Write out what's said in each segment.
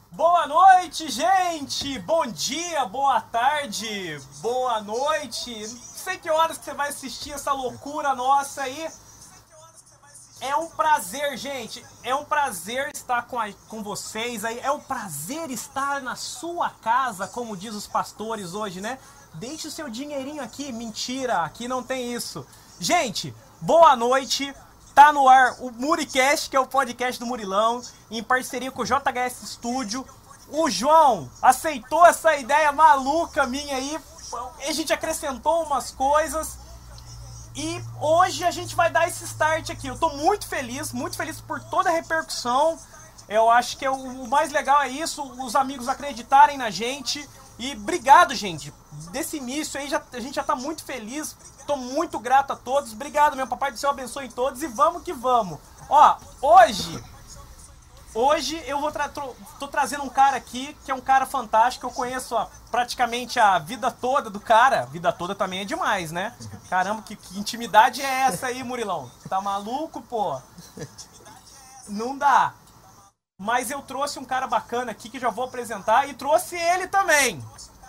Boa noite, gente! Bom dia, boa tarde, boa noite. Não sei que horas que você vai assistir essa loucura nossa aí. É um prazer, gente. É um prazer estar com vocês aí. É um prazer estar na sua casa, como diz os pastores hoje, né? Deixe o seu dinheirinho aqui. Mentira, aqui não tem isso. Gente, boa noite. Tá no ar o Muricast, que é o podcast do Murilão, em parceria com o JHS Studio. O João aceitou essa ideia maluca minha aí. A gente acrescentou umas coisas. E hoje a gente vai dar esse start aqui. Eu tô muito feliz por toda a repercussão. Eu acho que o mais legal é isso, os amigos acreditarem na gente. E obrigado, gente. Desse início aí, a gente já tá muito feliz. Tô muito grato a todos. Obrigado, meu papai do céu abençoe todos. E vamos que vamos. Ó, Hoje eu tô trazendo um cara aqui, que é um cara fantástico. Eu conheço praticamente a vida toda do cara. Vida toda também é demais, né? Caramba, que intimidade é essa aí, Murilão? Tá maluco, pô? Não dá. Mas eu trouxe um cara bacana aqui que já vou apresentar. E trouxe ele também.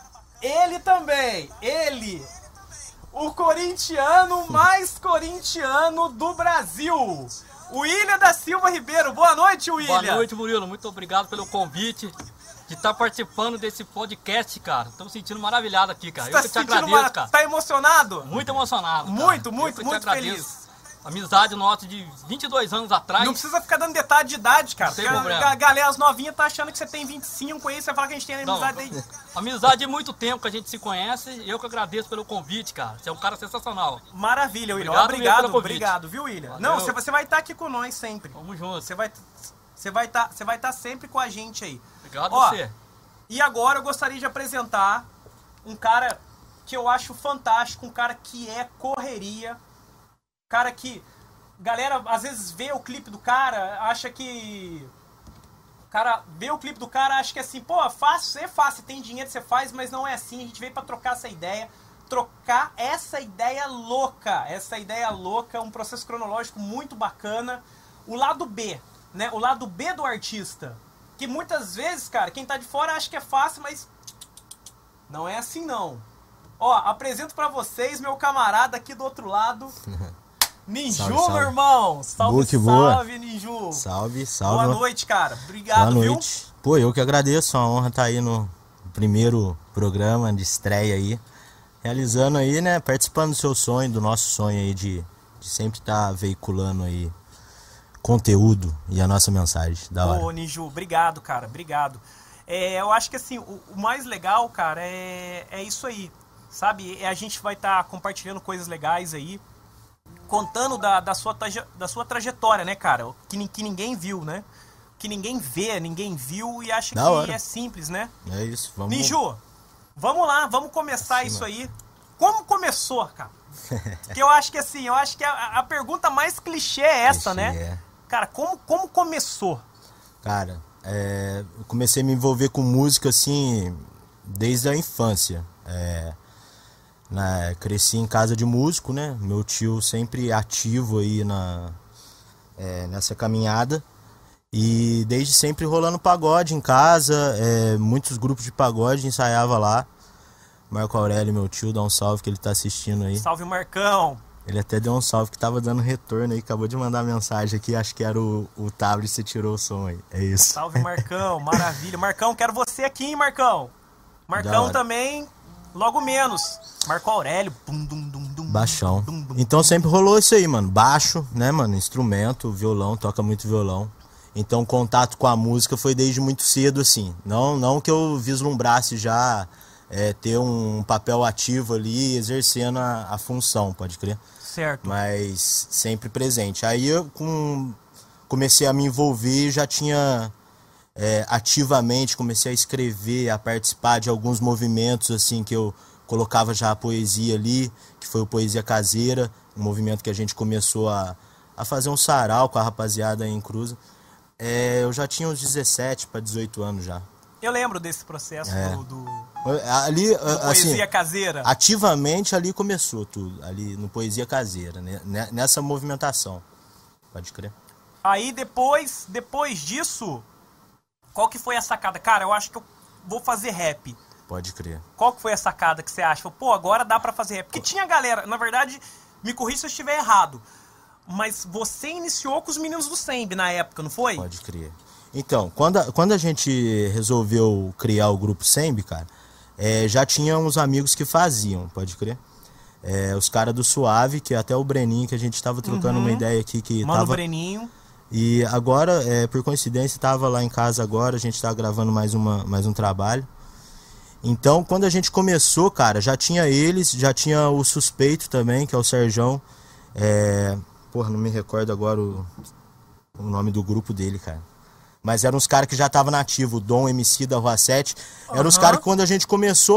Ele, o corintiano mais corintiano do Brasil. William da Silva Ribeiro. Boa noite, William. Boa noite, Murilo. Muito obrigado pelo convite de estar participando desse podcast, cara. Estou me sentindo maravilhado aqui, cara. Eu que te agradeço, cara. Tá emocionado? Muito emocionado, cara. Muito feliz. Amizade nossa de 22 anos atrás. Não precisa ficar dando detalhe de idade, cara. Não tem problema. A galera, as novinhas, tá achando que você tem 25 aí, você fala que a gente tem amizade aí. Amizade de muito tempo que a gente se conhece e eu que agradeço pelo convite, cara. Você é um cara sensacional. Maravilha, William. Obrigado, viu, William? Valeu. Não, você vai estar aqui com nós sempre. Tamo junto. Você vai estar sempre com a gente aí. Obrigado a você. E agora eu gostaria de apresentar um cara que eu acho fantástico, um cara que é correria. Cara que, galera, às vezes vê o clipe do cara, acha que... Cara, vê o clipe do cara, acha que é assim, pô, é fácil, tem dinheiro, você faz, mas não é assim. A gente veio pra trocar essa ideia, um processo cronológico muito bacana. O lado B, né, o lado B do artista, que muitas vezes, cara, quem tá de fora acha que é fácil, mas não é assim não. Ó, apresento pra vocês meu camarada aqui do outro lado... Ninju, salve. Meu irmão! Salve, Ninju! Salve. Boa noite, cara. Obrigado, boa noite. Viu? Pô, eu que agradeço, a honra estar aí no primeiro programa de estreia aí, realizando aí, né, participando do seu sonho, do nosso sonho aí de sempre estar veiculando aí conteúdo e a nossa mensagem, da hora. Ô, Ninju, obrigado, cara, obrigado. Eu acho que assim, o mais legal, cara, é isso aí, sabe? A gente vai estar compartilhando coisas legais aí, contando da sua trajetória, né, cara? Que ninguém viu, né? Que ninguém vê, ninguém viu e acha que é simples, né? É isso, vamos... Ninju, vamos lá, vamos começar isso aí. Como começou, cara? Porque eu acho que assim, a pergunta mais clichê é essa, né? Cara, como começou? Cara, eu comecei a me envolver com música, assim, desde a infância. Cresci em casa de músico, né? Meu tio sempre ativo aí nessa caminhada. E desde sempre rolando pagode em casa, muitos grupos de pagode ensaiava lá. Marco Aurélio, meu tio, dá um salve que ele tá assistindo aí. Salve, Marcão! Ele até deu um salve que tava dando retorno aí, acabou de mandar mensagem aqui, acho que era o tablet, você tirou o som aí. É isso. Salve, Marcão, maravilha. Marcão, quero você aqui, hein, Marcão? Marcão também... Logo menos. Marco Aurélio. Baixão. Então sempre rolou isso aí, mano. Baixo, né, mano? Instrumento, violão, toca muito violão. Então o contato com a música foi desde muito cedo, assim. Não que eu vislumbrasse já ter um papel ativo ali, exercendo a função, pode crer? Certo. Mas sempre presente. Aí eu comecei a me envolver, já tinha... ativamente comecei a escrever, a participar de alguns movimentos assim que eu colocava já a poesia ali, que foi o Poesia Caseira, um movimento que a gente começou a fazer um sarau com a rapaziada aí em Cruz. Eu já tinha uns 17 para 18 anos já. Eu lembro desse processo do ali, Poesia assim, Caseira. Ativamente ali começou tudo, ali no Poesia Caseira, né? Nessa movimentação, pode crer. Aí depois disso... Qual que foi a sacada? Cara, eu acho que eu vou fazer rap. Pode crer. Qual que foi a sacada que você acha? Pô, agora dá pra fazer rap. Porque tinha galera, na verdade, me corrija se eu estiver errado, mas você iniciou com os meninos do Semb na época, não foi? Pode crer. Então, quando a gente resolveu criar o grupo Semb, cara, já tinha uns amigos que faziam, pode crer. Os caras do Suave, que até o Breninho, que a gente tava trocando uma ideia aqui, que Mano, tava... Breninho. E agora, por coincidência, tava lá em casa agora, a gente tá gravando mais um trabalho. Então, quando a gente começou, cara, já tinha eles, já tinha o Suspeito também, que é o Serjão. Porra, não me recordo agora o nome do grupo dele, cara. Mas eram os caras que já estavam nativos, o Dom MC da Rua 7. Eram os caras que quando a gente começou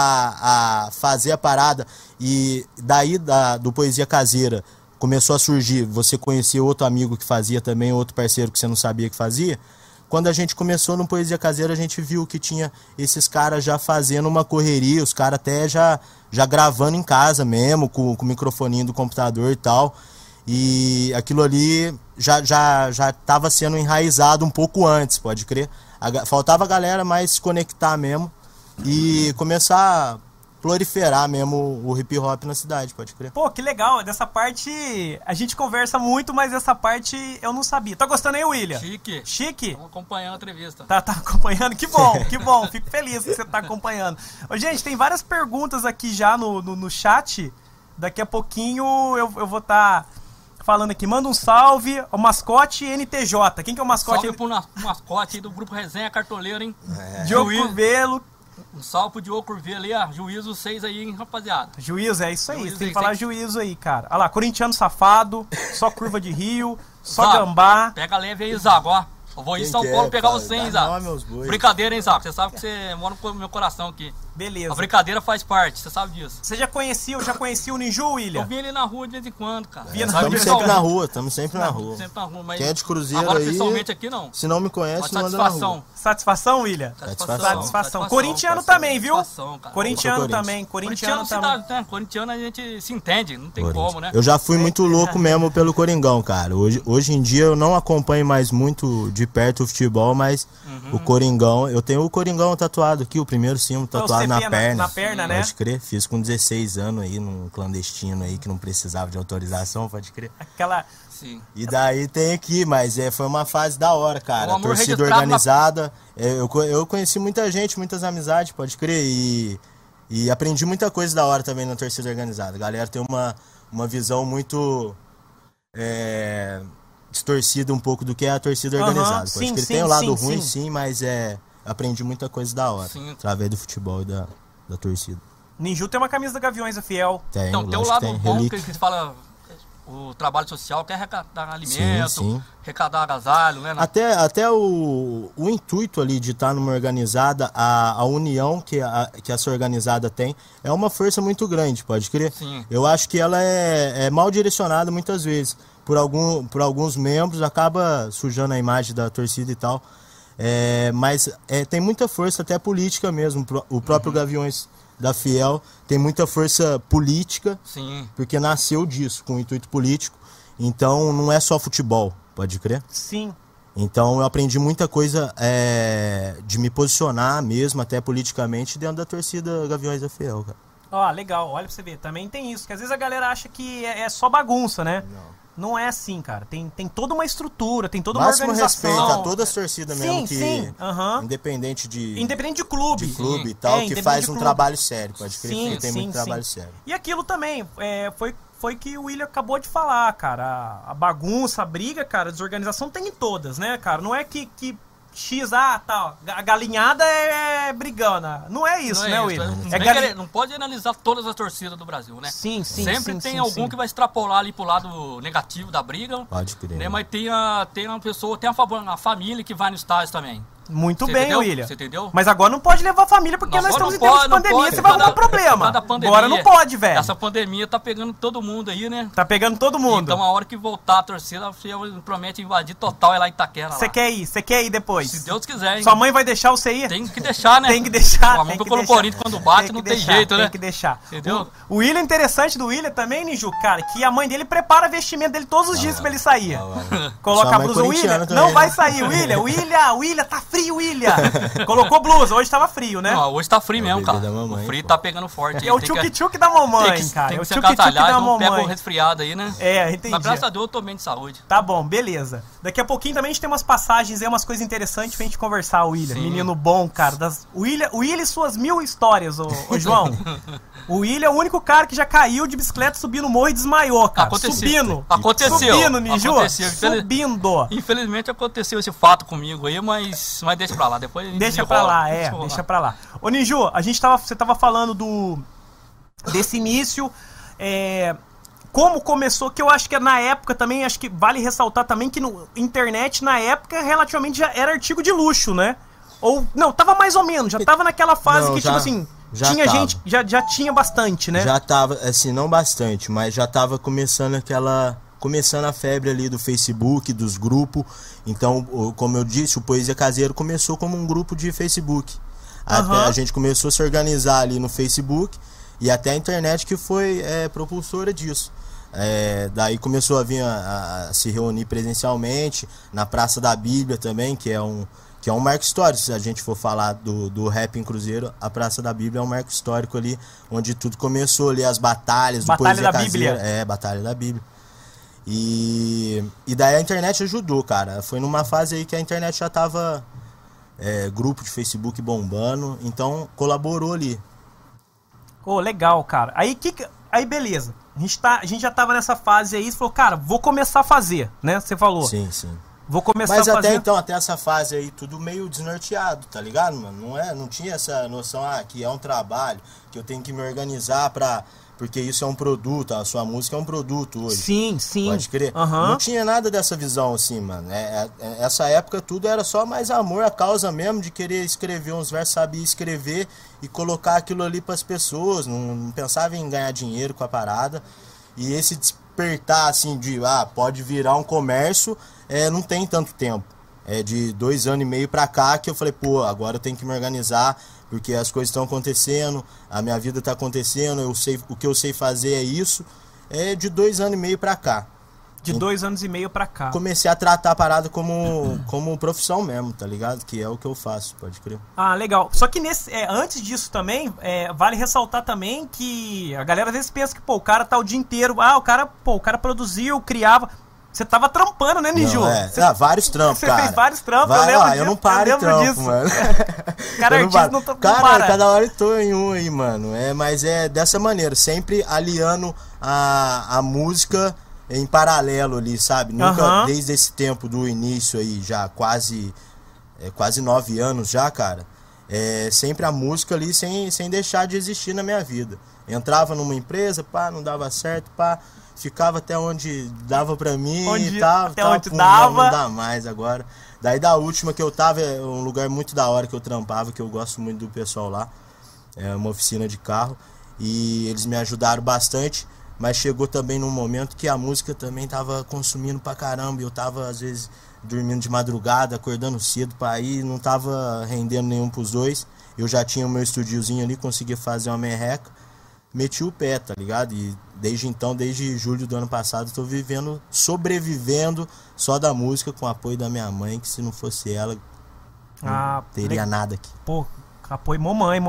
a fazer a parada, e daí do Poesia Caseira começou a surgir, você conhecia outro amigo que fazia também, outro parceiro que você não sabia que fazia. Quando a gente começou no Poesia Caseira, a gente viu que tinha esses caras já fazendo uma correria, os caras até já gravando em casa mesmo, com o microfoninho do computador e tal. E aquilo ali já estava sendo enraizado um pouco antes, pode crer. Faltava a galera mais se conectar mesmo e começar a proliferar mesmo o hip hop na cidade, pode crer. Pô, que legal, dessa parte a gente conversa muito, mas essa parte eu não sabia. Tá gostando aí, William? Chique. Chique? Estamos acompanhando a entrevista. Tá acompanhando? Que bom, fico feliz que você tá acompanhando. Ô, gente, tem várias perguntas aqui já no chat, daqui a pouquinho eu vou estar falando aqui. Manda um salve, o mascote NTJ. Quem que é o mascote? Salve pro mascote aí do Grupo Resenha Cartoleiro, hein? Diogo Curvelo. Um salve pro Diogo Curvelo ali, ó. Juízo 6 aí, hein, rapaziada. Juízo, é isso aí. Juízo, Tem que aí, falar juízo aí, cara. Olha lá, corintiano safado, só curva de rio, só Zago, gambá. Pega leve aí, Zago, ó. Eu vou ir em São Paulo pegar você, hein, Zago. Brincadeira, hein, Zago. Você sabe que você mora no meu coração aqui. Beleza. A brincadeira faz parte, você sabe disso. Você já conhecia o Ninju, William? Eu vi ele na rua de vez em quando, cara. Estamos sempre na rua, Sempre na rua, mas quem é de Cruzeiro agora, aí, pessoalmente aqui não. Se não me conhece, Uma não anda na rua. Satisfação, William? Satisfação. Corintiano também, viu? Cara. Corintiano também. Corintiano também. Corintiano a gente se entende, não tem como, né? Eu já fui muito louco mesmo pelo Coringão, cara. Hoje em dia eu não acompanho mais muito de perto o futebol, mas o Coringão, eu tenho o Coringão tatuado aqui, o primeiro símbolo tatuado na perna. Na perna, né? Pode crer, fiz com 16 anos aí, num clandestino aí que não precisava de autorização, pode crer. Aquela... Sim. E daí tem aqui, mas foi uma fase da hora, cara. O Torcida organizada. Eu conheci muita gente, muitas amizades, pode crer. E aprendi muita coisa da hora também na torcida organizada. A galera tem uma visão muito distorcida um pouco do que é a torcida organizada. Pode sim, crer. sim, Tem o lado sim, ruim, sim. sim, mas aprendi muita coisa da hora. Sim. Através do futebol e da torcida. Ninju tem uma camisa da Gaviões da Fiel. Então, tem o lado bom que fala o trabalho social, que é arrecadar alimento, sim. arrecadar agasalho, né? Até o intuito ali de estar numa organizada, a união que essa organizada tem, é uma força muito grande, pode crer? Sim. Eu acho que ela é mal direcionada muitas vezes. Por alguns membros, acaba sujando a imagem da torcida e tal. Mas tem muita força até política mesmo. O próprio Gaviões da Fiel tem muita força política, sim, porque nasceu disso, com intuito político. Então não é só futebol, pode crer? Sim. Então eu aprendi muita coisa de me posicionar mesmo, até politicamente, dentro da torcida Gaviões da Fiel, cara. Ó, legal, olha pra você ver, também tem isso, que às vezes a galera acha que é só bagunça, né? Não é assim, cara. Tem toda uma estrutura, tem toda uma organização. Máximo respeito a todas as torcidas mesmo, sim. Independente de clube. De clube e tal, que faz um trabalho sério, pode crer, sim, que tem muito trabalho sério. E aquilo também, foi que o William acabou de falar, cara. A bagunça, a briga, cara, a desorganização tem em todas, né, cara? Não é que X, tal, a galinhada é brigana. Não é isso, né, William? Não pode analisar todas as torcidas do Brasil, né? Sim. Sempre tem algum que vai extrapolar ali pro lado negativo da briga. Pode crer. Né? Mas tem uma pessoa, tem a família que vai no estádio também. Muito Você bem, entendeu? William. Você entendeu? Mas agora não pode levar a família, porque nós estamos em tempos de pandemia, você vai arrumar problema. Agora não pode, velho. Essa pandemia tá pegando todo mundo aí, né? Tá pegando todo mundo. Então a hora que voltar a torcida, você promete invadir total lá em Itaquera. Você quer ir depois? Se Deus quiser, hein? Sua mãe vai deixar você ir? Tem que deixar, né? Tem que deixar. A mão do Corinthians quando bate não tem jeito, né? Tem que deixar. Entendeu? O William, interessante do William também, Ninju, cara, que a mãe dele prepara vestimento dele todos os dias pra ele sair. Coloca a blusa. O William não vai sair, William tá frio. frio, William! Colocou blusa, hoje tava frio, né? Não, hoje tá frio mesmo, cara. Mamãe, o frio pô. tá pegando forte. É o tchuk-tchuk da mamãe, cara. Tem É que o se tchuk-tchuk agasalhar, da não pega o mamãe. resfriado aí, né? É, entendi. Mas graças a Deus eu tô bem de saúde. Tá bom, beleza. Daqui a pouquinho também a gente tem umas passagens aí, umas coisas interessantes pra gente conversar, William. Sim. Menino bom, cara. O William e suas 1000 histórias, ô João. O William é o único cara que já caiu de bicicleta, subindo o morro e desmaiou, cara. Subindo. Aconteceu. Subindo, Ninju. Aconteceu. Subindo. Infelizmente aconteceu esse fato comigo aí, mas deixa pra lá. Depois a gente Deixa desenrola. pra lá, deixa pra lá. Ô, Ninju, você tava falando desse início, como começou, que eu acho que na época também, acho que vale ressaltar também que no internet, na época, relativamente já era artigo de luxo, né? Ou, não, tava mais ou menos, já tava naquela fase Não, que, já, tipo assim, já tinha tava. gente, já tinha bastante, né? Já tava, assim, não bastante, mas já tava começando a febre ali do Facebook, dos grupos. Então, como eu disse, o Poesia Caseiro começou como um grupo de Facebook. Até a gente começou a se organizar ali no Facebook e até a internet que foi propulsora disso. Daí começou a vir a se reunir presencialmente na Praça da Bíblia também, que é um marco histórico. Se a gente for falar do rap em Cruzeiro, a Praça da Bíblia é um marco histórico ali, onde tudo começou ali, as batalhas do Batalha Poesia da Caseira. Bíblia. Batalha da Bíblia. E daí a internet ajudou, cara. Foi numa fase aí que a internet já tava grupo de Facebook bombando, então colaborou ali. Ô, legal, cara. Aí beleza. A gente já tava nessa fase aí, você falou, cara, vou começar a fazer, né? Você falou. Sim, sim. Vou começar Mas a fazer. até então, até essa fase aí, tudo meio desnorteado, tá ligado, mano? Não tinha essa noção, que é um trabalho, que eu tenho que me organizar porque isso é um produto, a sua música é um produto hoje. Sim. Pode crer. Uhum. Não tinha nada dessa visão assim, mano. Essa época tudo era só mais amor à causa mesmo, de querer escrever uns versos, sabia escrever e colocar aquilo ali pras pessoas. Não pensava em ganhar dinheiro com a parada. E esse despertar assim de, pode virar um comércio, não tem tanto tempo. É de 2 anos e meio pra cá que eu falei, pô, agora eu tenho que me organizar, porque as coisas estão acontecendo, a minha vida tá acontecendo, o que eu sei fazer é isso. É de 2 anos e meio pra cá. De 2 anos e meio pra cá. Comecei a tratar a parada como profissão mesmo, tá ligado? Que é o que eu faço, pode crer. Ah, legal. Só que antes disso também, vale ressaltar também que a galera às vezes pensa que, o cara tá o dia inteiro, o cara produziu, criava. Você tava trampando, né, Ninju? Vários trampos, cara. Você fez vários trampos, eu lembro disso. Eu não paro em trampo, disso. mano. Cara, artista não para. Cara, cada hora eu tô em um aí, mano. Mas é dessa maneira, sempre aliando a música em paralelo ali, sabe? Nunca, desde esse tempo do início aí, já quase 9 anos já, cara. Sempre a música ali sem deixar de existir na minha vida. Entrava numa empresa, não dava certo, ficava até onde dava pra mim e tal. Até onde dava. Não dá mais agora. Daí da última que eu tava, é um lugar muito da hora que eu trampava, que eu gosto muito do pessoal lá. É uma oficina de carro. E eles me ajudaram bastante. Mas chegou também num momento que a música também tava consumindo pra caramba. Eu tava, às vezes, dormindo de madrugada, acordando cedo pra ir. Não tava rendendo nenhum pros dois. Eu já tinha o meu estúdiozinho ali, conseguia fazer uma merreca. Meti o pé, tá ligado? E desde então, desde julho do ano passado, tô sobrevivendo só da música, com o apoio da minha mãe, que se não fosse ela, não teria nada aqui. Pô, apoio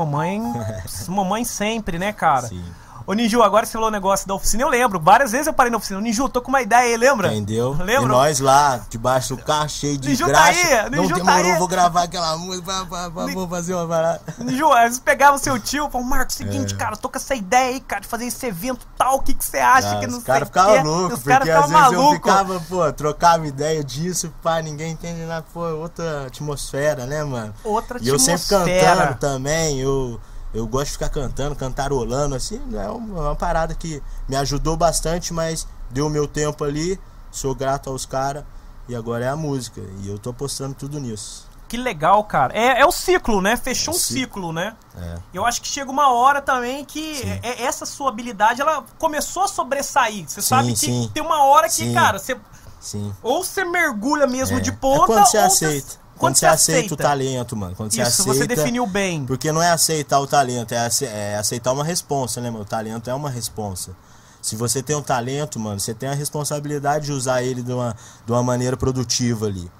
mamãe sempre, né, cara? Sim. Ô, Ninju, agora você falou o negócio da oficina, eu lembro. Várias vezes eu parei na oficina. Ninju, tô com uma ideia aí, lembra? Entendeu? Lembra? E nós lá, debaixo do carro, cheio de Ninju graxa. Tá aí, não Ninju demorou, tá aí. vou gravar aquela música, vou fazer uma parada. Ninju, às vezes pegava o seu tio e falava, Marcos, seguinte, cara, tô com essa ideia aí, cara, de fazer esse evento tal, o que você acha? Que não os caras ficavam loucos, porque às vezes eu ficava, trocava ideia disso, ninguém entende nada, outra atmosfera, né, mano? Outra atmosfera. E eu sempre cantando também, eu gosto de ficar cantando, cantarolando, assim, é uma parada que me ajudou bastante, mas deu o meu tempo ali, sou grato aos caras, e agora é a música, e eu tô apostando tudo nisso. Que legal, cara. É o ciclo, né? Fechou um ciclo, né? Eu acho que chega uma hora também que essa sua habilidade, ela começou a sobressair. Você sabe que tem uma hora que, cara, você ou você mergulha mesmo de ponta, quando você ou aceita. Quando você aceita o talento, mano. Quando você aceita, você definiu bem. Porque não é aceitar o talento, é aceitar uma responsa, né, mano? O talento é uma responsa. Se você tem um talento, mano, você tem a responsabilidade de usar ele de uma maneira produtiva ali.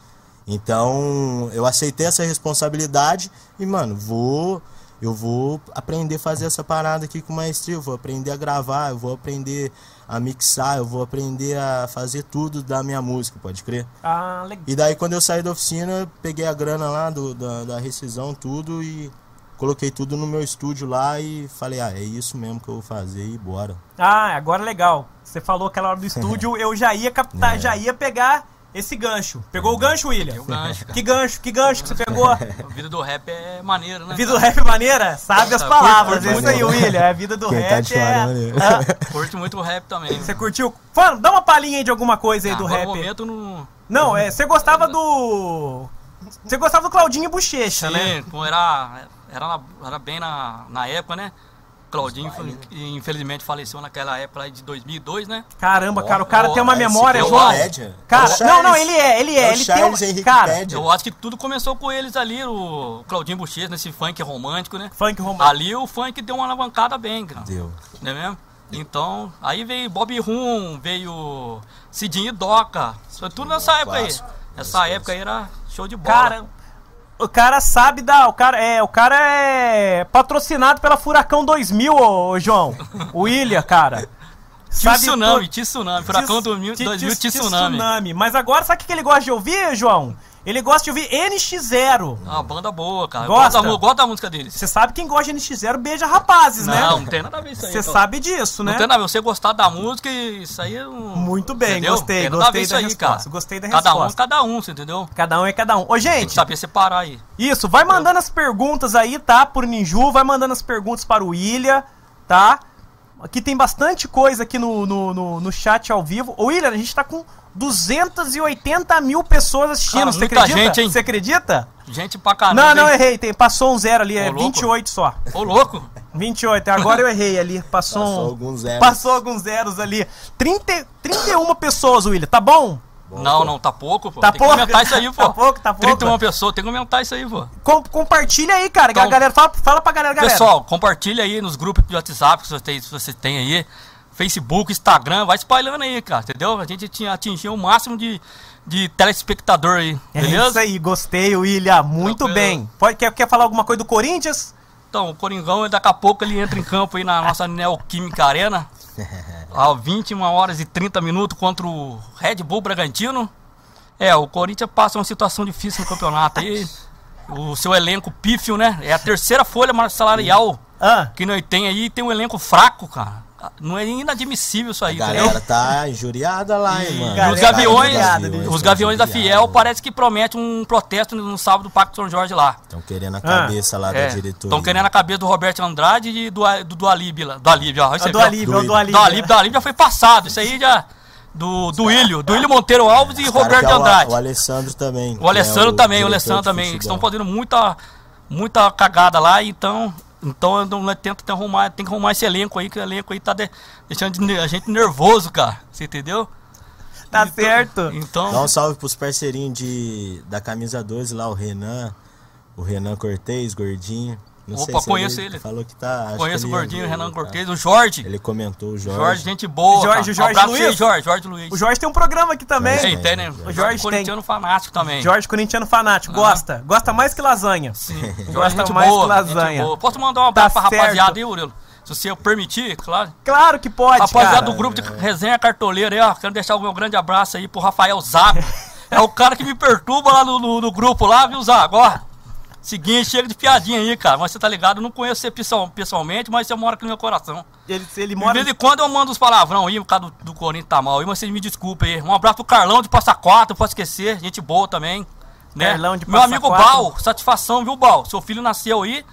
Então, eu aceitei essa responsabilidade e, mano, eu vou aprender a fazer essa parada aqui com maestria, eu vou aprender a gravar, eu vou aprender a mixar, eu vou aprender a fazer tudo da minha música, pode crer? Ah, legal. E daí, quando eu saí da oficina, peguei a grana lá da rescisão, tudo, e coloquei tudo no meu estúdio lá e falei, é isso mesmo que eu vou fazer e bora. Ah, agora legal. Você falou aquela hora do estúdio, eu já ia captar, já ia pegar esse gancho. Pegou o gancho, William? O gancho, cara. Que gancho que você pegou? A vida do rap é maneira, né? A vida do rap é maneira? Sabe as palavras, é isso aí, maneiro. William. A vida do Quem rap tá de fora, maneiro. Curto muito o rap também. Você curtiu? Fala, dá uma palhinha aí de alguma coisa aí do agora rap. no momento não... Não, você gostava do... Você gostava do Claudinho Bochecha, Sim, né? como era bem na época, né? Claudinho, infelizmente, faleceu naquela época lá de 2002, né? Caramba, cara, o cara tem uma memória, eu João. Wikipedia. Cara, É o Charles- não, ele é. o Ele tem Charles um... Henrique Cara, Pédia. Eu acho que tudo começou com eles ali, o Claudinho Bochecha, nesse funk romântico, né? funk romântico. Ali o funk deu uma alavancada bem, cara. Deu. Não é mesmo? Então, aí veio Bob Rum, veio Cidinho e Doca. Foi tudo nessa época aí. Clássico. Essa época aí era show de bola. Cara, o cara sabe dar. O cara é patrocinado pela Furacão 2000, ô João. O William, cara. Tsunami, Furacão Tis- 2000, tis- Tsunami. Tsunami. Mas agora, sabe o que ele gosta de ouvir, João? Ele gosta de ouvir NX0. Uma banda boa, cara. Gosta? Gosto da música deles. Você sabe que quem gosta de NX0 beija rapazes, né? Não tem nada a ver isso aí. Você então. sabe disso, né? Não tem nada a ver. Você gostar da música, isso aí é um... Muito bem, entendeu? gostei, Tem nada a ver gostei isso da aí, resposta. cara. Gostei da Cada resposta. você entendeu? Cada um é cada um. Ô, Tem que gente, saber separar aí. isso, vai mandando as perguntas aí, tá? Pro Ninju, vai mandando as perguntas para o William, tá? Aqui tem bastante coisa aqui no chat ao vivo. Ô, William, a gente tá com 280 mil pessoas assistindo, Cara, você muita acredita? gente, hein? Você acredita? Gente pra caramba. Não, hein? errei, passou um zero ali, é Ô, louco. 28 só. Ô, louco. 28, agora eu errei ali, passou alguns zeros. Passou alguns zeros ali. 31 pessoas, William, tá bom? Não, tá pouco, pô. Tá tem pouco? que aumentar isso aí, pô. Tá pouco? 31 pessoas, tem que aumentar isso aí, pô. Compartilha aí, cara. Então, A galera, fala pra galera. Pessoal, compartilha aí nos grupos de WhatsApp que você tem aí. Facebook, Instagram, vai espalhando aí, cara, entendeu? A gente tinha atingido o máximo de telespectador aí, É beleza? isso aí, gostei, William. Muito Tranquilo. bem. Quer falar alguma coisa do Corinthians? Então, o Coringão, daqui a pouco ele entra em campo aí na nossa Neoquímica Arena, às 21 horas e 30 minutos contra o Red Bull Bragantino. O Corinthians passa uma situação difícil no campeonato aí. O seu elenco pífio, né? É a terceira folha salarial que nós tem aí, tem um elenco fraco, cara. Não é inadmissível isso aí, A entendeu? galera tá injuriada lá, hein, mano. E os Gaviões da Fiel parece que prometem um protesto no sábado do Parque São Jorge lá. Estão querendo a cabeça lá da diretoria. Estão querendo a cabeça do Roberto Andrade e do Alíbio lá. Do Alíbio, ó. Do Alíbio já foi passado. Isso aí já... Do Ilho Monteiro Alves e Roberto Andrade. O Alessandro também. O Alessandro também, que estão fazendo muita cagada lá, então eu tento tem que arrumar esse elenco aí, que o elenco aí tá deixando a gente nervoso, cara. Você entendeu? Tá certo. Então, Dá um salve pros parceirinhos da Camisa 12 lá, o Renan Cortez, gordinho. Não sei se conheço ele. Falou que tá... acho conheço o que ele gordinho, ia ver, Renan tá? Cortez, o Jorge. Ele comentou, o Jorge. Jorge, gente boa. Jorge cara. Um abraço Luiz. aí, Jorge Luiz. O Jorge tem um programa aqui também. Tem, né? O Jorge tem. Corintiano fanático também. Jorge corintiano fanático, gosta. Gosta mais que lasanha. Sim. Gosta Gente mais boa, que lasanha. gente boa. Posso mandar um abraço Tá pra certo. rapaziada aí, Murilo? Se você permitir, claro. Claro que pode, Rapaziada cara. do grupo de Resenha Cartoleira aí, ó. Quero deixar o meu grande abraço aí pro Rafael Zago. É o cara que me perturba lá no grupo lá, viu, Zago? Ó. Seguinte, chega de piadinha aí, cara. Mas você tá ligado, eu não conheço você pessoalmente, mas você mora aqui no meu coração. Ele De mora... vez em quando eu mando uns palavrão aí, por causa do Corinthians tá mal aí, mas vocês me desculpem aí. Um abraço pro Carlão de Passa Quatro, não pode esquecer, gente boa também. Né? Carlão de Meu Passa amigo Quatro. Bal, satisfação, viu, Bal? Seu filho nasceu aí.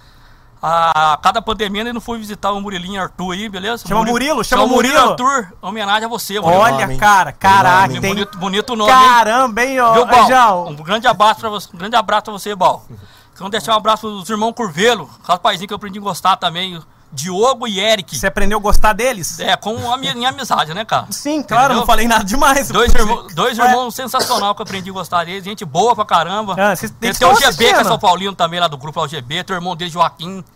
A cada pandemia ele não foi visitar o Murilinho Arthur aí, beleza? Chama Murilo. Arthur, homenagem a você, Murilo. Olha, nome, cara, caraca, nome. tem... Bonito nome, hein? Caramba, hein, ó. Viu, Bal? João. Um grande abraço pra você, Bal. Quero deixar um abraço pros irmãos Curvelo, rapazinho que eu aprendi a gostar também, o Diogo e Eric. Você aprendeu a gostar deles? Com a minha amizade, né, cara? Sim, claro, Entendeu? não falei nada demais. Dois irmãos sensacional que eu aprendi a gostar deles, gente boa pra caramba. Vocês Tem o estão GB, que é assistindo. São Paulino também, lá do grupo LGB, teu irmão dele, Joaquim.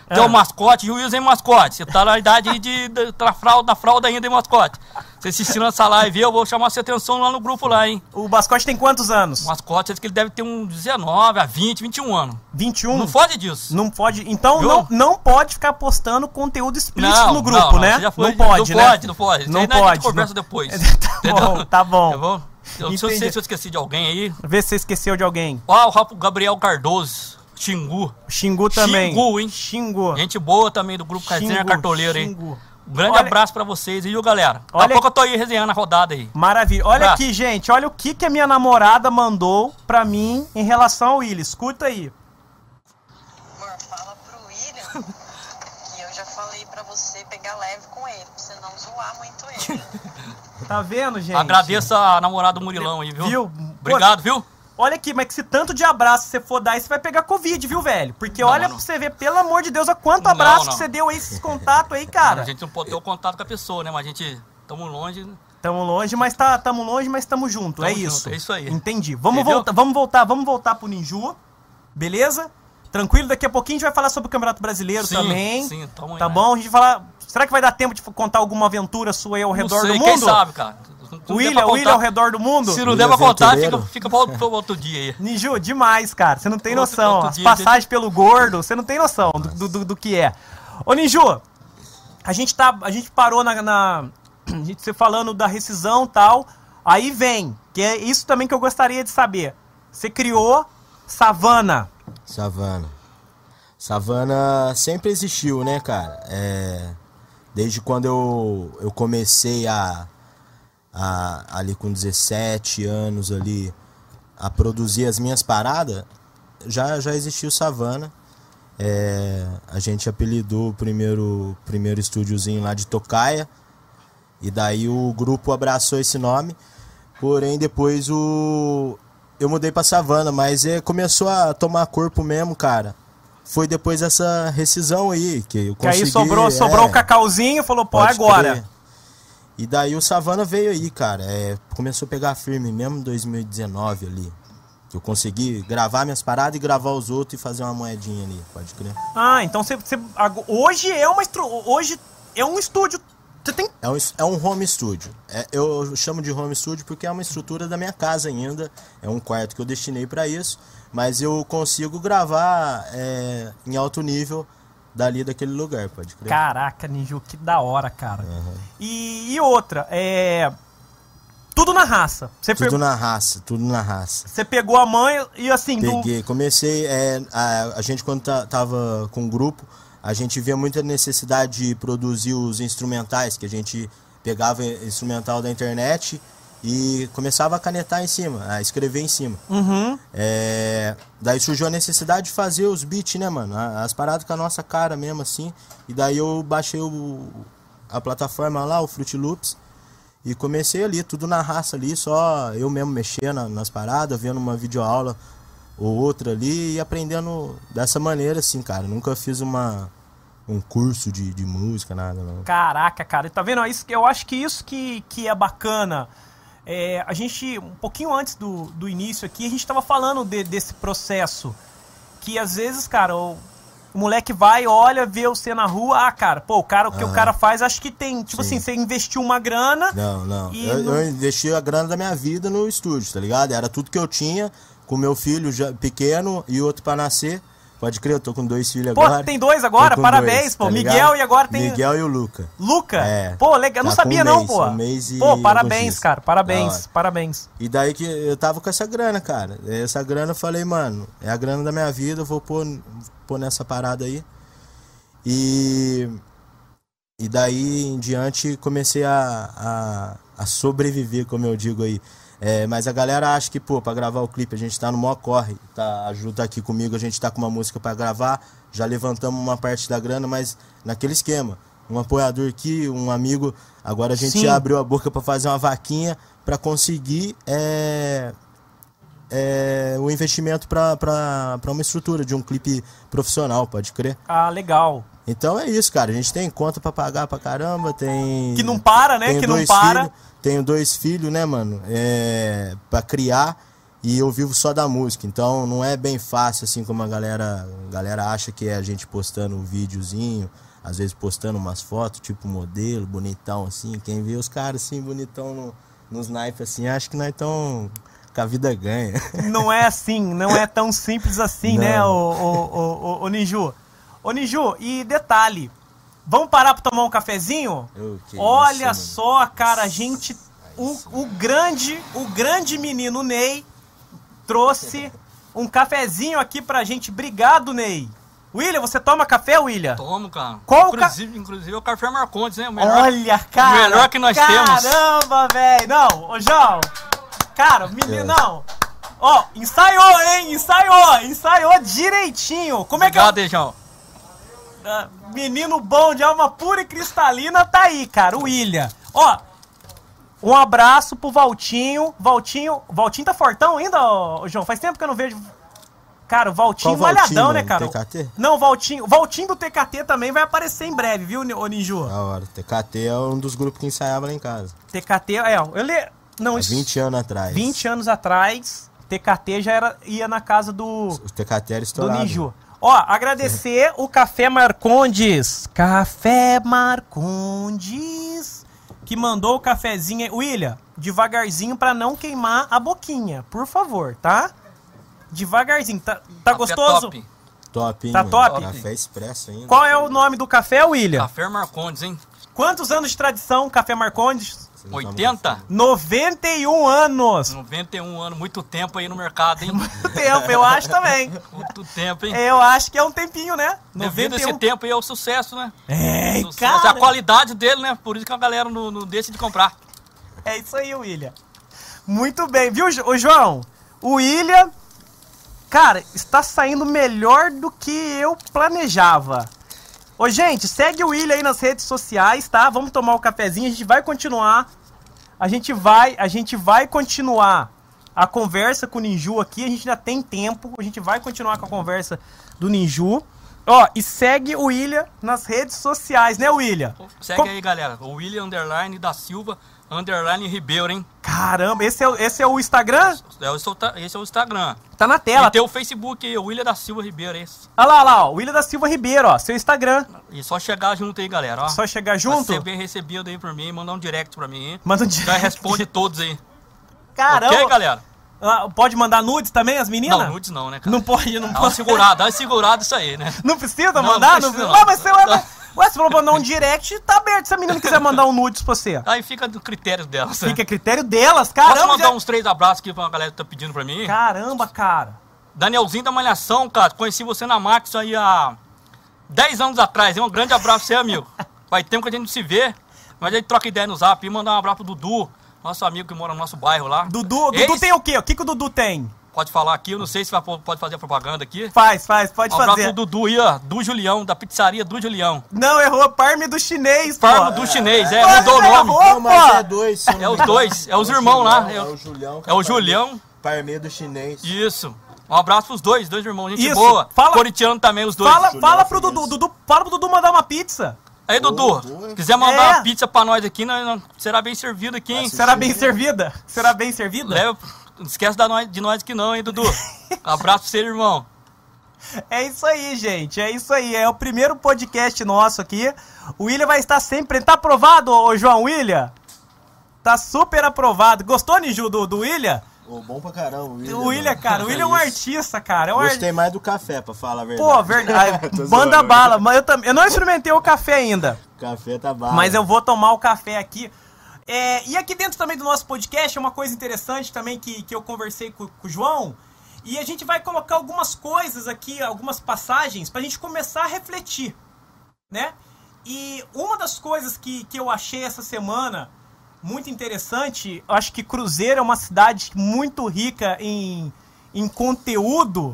que é o mascote, e o Wilson é mascote. Você tá na idade aí da fralda ainda em mascote. Você assistindo essa live, eu vou chamar sua atenção lá no grupo lá, hein? O mascote tem quantos anos? O mascote, acho que ele deve ter uns 19 a 20, 21 anos. 21? Não foge disso. Não pode. Então não pode ficar postando conteúdo explícito no grupo, não, né? Já foi, não pode, né? Não pode. Não aí pode. A gente conversa depois. Tá bom. Tá bom? Eu não sei se eu esqueci de alguém aí. Vê se você esqueceu de alguém. Ó, o Gabriel Cardoso, Xingu. Xingu também. Xingu, hein? Xingu. Gente boa também do grupo Resenha Cartoleira, hein? Um grande abraço pra vocês, viu, galera? Daqui a pouco eu tô aí resenhando a rodada aí. Maravilha. Olha aqui, gente. Olha o que a minha namorada mandou pra mim em relação ao William. Escuta aí. Amor, fala pro William que eu já falei pra você pegar leve com ele, pra você não zoar muito ele. Tá vendo, gente? Agradeço a namorada do Murilão aí, viu? Viu? Obrigado, viu? Olha aqui, mas que esse tanto de abraço que você for dar aí, você vai pegar Covid, viu, velho? Porque olha pra você ver, pelo amor de Deus, a quanto abraço que você deu aí, esses contatos aí, cara. A gente não pode ter o contato com a pessoa, né? Mas a gente, tamo longe. Tamo longe, mas tamo junto, é isso. É isso aí. Entendi. Vamos voltar pro Ninju, beleza? Tranquilo, daqui a pouquinho a gente vai falar sobre o Campeonato Brasileiro também. Sim, tamo aí. Tá bom? A gente vai falar... Será que vai dar tempo de contar alguma aventura sua aí ao redor do mundo? Quem sabe, cara. William ao redor do mundo? Se não der pra contar, fica pra outro dia aí. Ninju, demais, cara. Você não tem noção. As passagens pelo gordo, você não tem noção do que é. Ô, Ninju, a gente parou você falando da rescisão e tal. Aí vem, que é isso também que eu gostaria de saber. Você criou Savana. Savana sempre existiu, né, cara? Desde quando eu comecei ali com 17 anos ali a produzir as minhas paradas, já existiu Savana. A gente apelidou o primeiro estúdiozinho lá de Tocaia, e daí o grupo abraçou esse nome. Porém depois eu mudei pra Savana, mas começou a tomar corpo mesmo, cara. Foi depois dessa rescisão aí que eu consegui... Que aí sobrou o Cacauzinho e falou, pô, agora... Crer. E daí o Savana veio aí, cara. Começou a pegar firme mesmo em 2019 ali. Que eu consegui gravar minhas paradas e gravar os outros e fazer uma moedinha ali, pode crer. Ah, então hoje é um estúdio. Você tem... É um home studio. Eu chamo de home studio porque é uma estrutura da minha casa ainda. É um quarto que eu destinei pra isso. Mas eu consigo gravar em alto nível dali daquele lugar, pode crer. Caraca, Ninju, que da hora, cara. Uhum. E outra, tudo na raça. Tudo na raça. Você pegou a mãe e assim... Peguei, comecei, a gente quando tava com o grupo, a gente via muita necessidade de produzir os instrumentais, que a gente pegava instrumental da internet e começava a canetar em cima, a escrever em cima. Uhum. Daí surgiu a necessidade de fazer os beats, né, mano? As paradas com a nossa cara mesmo, assim. E daí eu baixei a plataforma lá, o Fruit Loops, e comecei ali, tudo na raça ali, só eu mesmo mexendo nas paradas, vendo uma videoaula ou outra ali e aprendendo dessa maneira, assim, cara. Nunca fiz um curso de música, nada, não. Caraca, cara, tá vendo? Eu acho que isso que é bacana. A gente, um pouquinho antes do início aqui, a gente tava falando desse processo. Que às vezes, cara, o moleque vai, olha, vê você na rua, cara, pô, o que o cara faz, acho que tem, tipo assim, você investiu uma grana. Não. Eu investi a grana da minha vida no estúdio, tá ligado? Era tudo que eu tinha, com meu filho já pequeno e outro pra nascer. Pode crer, eu tô com 2 filhos agora. Pô, tem 2 agora? Parabéns, 2, pô. Tá Miguel e agora tem... Miguel e o Luca. Luca? Pô, legal. Não sabia não, pô. Um mês e pô, parabéns, cara. Parabéns. E daí que eu tava com essa grana, cara. Essa grana eu falei, mano, é a grana da minha vida, eu vou pôr nessa parada aí. E daí em diante comecei a sobreviver, como eu digo aí. Mas a galera acha que, pô, pra gravar o clipe a gente tá no maior corre, a Ju tá aqui comigo, a gente tá com uma música pra gravar, já levantamos uma parte da grana, mas naquele esquema, um apoiador aqui, um amigo, agora a gente abriu a boca pra fazer uma vaquinha pra conseguir o investimento pra uma estrutura de um clipe profissional, pode crer? Ah, legal. Então é isso, cara, a gente tem conta pra pagar pra caramba, tem... Que não para, né? Que não para. Tenho 2 filhos, né, mano? Pra criar. e eu vivo só da música, então não é bem fácil assim como a galera acha que é a gente postando um videozinho, às vezes postando umas fotos, tipo modelo, bonitão assim, quem vê os caras assim, bonitão nos naipes assim, acha que nós estão com a vida ganha. Não é assim, não é tão simples assim, Não. né, ô Ninju? Ô Ninju, e detalhe, vamos parar pra tomar um cafezinho? Olha isso, só, cara, a gente, o grande menino Ney trouxe um cafezinho aqui pra gente. Obrigado, Ney. William, você toma café, William? Tomo, cara. Qual inclusive é o Café Marcondes, né? O melhor, Olha, cara. o melhor que nós temos. Caramba, velho. Não, ô João. Cara, menino, não. Ó, ensaiou, hein? Ensaiou direitinho. Como Obrigado, é que João. menino bom de alma pura e cristalina tá aí, cara. O William. Ó, um abraço pro Valtinho. Valtinho tá fortão ainda, ô João? Faz tempo que eu não vejo. Cara, o Valtinho malhadão, né, cara? TKT? Não, o Valtinho do TKT também vai aparecer em breve, viu, ô Ninju? Da hora. TKT é um dos grupos que ensaiava lá em casa. TKT, não, Há 20 anos atrás. 20 anos atrás, TKT ia na casa do O TKT era estourado. do Ninju. Ó, agradecer o Café Marcondes. Café Marcondes, que mandou o cafezinho aí. William, devagarzinho pra não queimar a boquinha, por favor, tá? Devagarzinho. Tá Café gostoso? top. Top, hein, Tá mano? top? Café expresso ainda. Qual é o nome do café, William? Café Marcondes, hein? Quantos anos de tradição, Café Marcondes? 80? 91 anos. 91 anos, muito tempo aí no mercado, hein? Tempo, eu acho também. Muito tempo, hein? Eu acho que é um tempinho, né? Devido a esse tempo aí é o sucesso, né? É, Sucesso, cara. a qualidade dele, né? Por isso que a galera não deixa de comprar. É isso aí, William. Muito bem, viu, ô João? O William, cara, está saindo melhor do que eu planejava. Ô, gente, segue o William aí nas redes sociais, tá? Vamos tomar um cafezinho, a gente vai continuar. A gente vai continuar a conversa com o Ninju aqui, a gente ainda tem tempo. A gente vai continuar com a conversa do Ninju. Ó, e segue o William nas redes sociais, né, William? Segue aí, galera. O William Underline da Silva Underline Ribeiro, hein? Caramba, esse é o Instagram? Esse é o Instagram. Tá na tela. E tem o Facebook aí, o William da Silva Ribeiro, esse. Olha lá, ó, William da Silva Ribeiro, ó, seu Instagram. E só chegar junto aí, galera, ó. Só chegar junto? Vai ser bem recebido aí por mim, mandar um direct pra mim, hein? Manda um Já direct. responde todos aí. Caramba. Ok, galera? Ah, pode mandar nudes também, as meninas? Não, nudes não, né, cara? Não pode, não Dá uma pode. segurada, isso aí, né? Não precisa Não, mandar? não precisa, Ué, não. mas você vai... Ué, você falou mandar um direct, tá aberto se a menina quiser mandar um nudes pra você. Aí fica do critério delas. Fica a critério delas, Posso caramba. mandar uns 3 abraços aqui pra galera que tá pedindo pra mim? Caramba, cara. Danielzinho da Malhação, cara, conheci você na Max aí há 10 anos atrás, hein? Um grande abraço pra você, amigo. Faz tempo que a gente não se vê, mas a gente troca ideia no zap. E mandar um abraço pro Dudu, nosso amigo que mora no nosso bairro lá. Dudu tem o quê? O que o Dudu tem? Pode falar aqui, eu não sei se pode fazer a propaganda aqui. Faz, pode Um abraço fazer. pro Dudu aí, ó, do Julião, da pizzaria do Julião. Não, errou, Parme do chinês, pô. Farmo do chinês, Mas mudou o errou, nome. Não, mas pô. é dois. se eu não É me os engano. dois, é os irmãos lá. É o Julião. É o Julião. Parmê do chinês. Isso. Um abraço pros dois irmãos, gente Isso. boa. Fala- Corintiano também, os dois. Fala pro Dudu, fala pro Dudu mandar uma pizza. Aí, Dudu, boa. quiser mandar É. uma pizza pra nós aqui, nós será bem servido aqui, hein? Será bem servida? Será bem servida? Leva, não esquece de nós aqui não, hein, Dudu? Abraço pra você, irmão. É isso aí, gente. É isso aí. É o primeiro podcast nosso aqui. O William vai estar sempre... Tá aprovado, ô João William? Tá super aprovado. Gostou, Niju, do William? Ô, bom pra caramba. O William, cara. O William é um artista, cara. É um Gostei mais do café, pra falar a verdade. Pô, verdade. Tô Manda zoando. bala. Mas eu não experimentei o café ainda. Café tá bala. Mas eu vou tomar o café aqui. E aqui dentro também do nosso podcast é uma coisa interessante também que eu conversei com o João. E a gente vai colocar algumas coisas aqui, algumas passagens, pra gente começar a refletir, né? E uma das coisas que eu achei essa semana muito interessante, eu acho que Cruzeiro é uma cidade muito rica em conteúdo.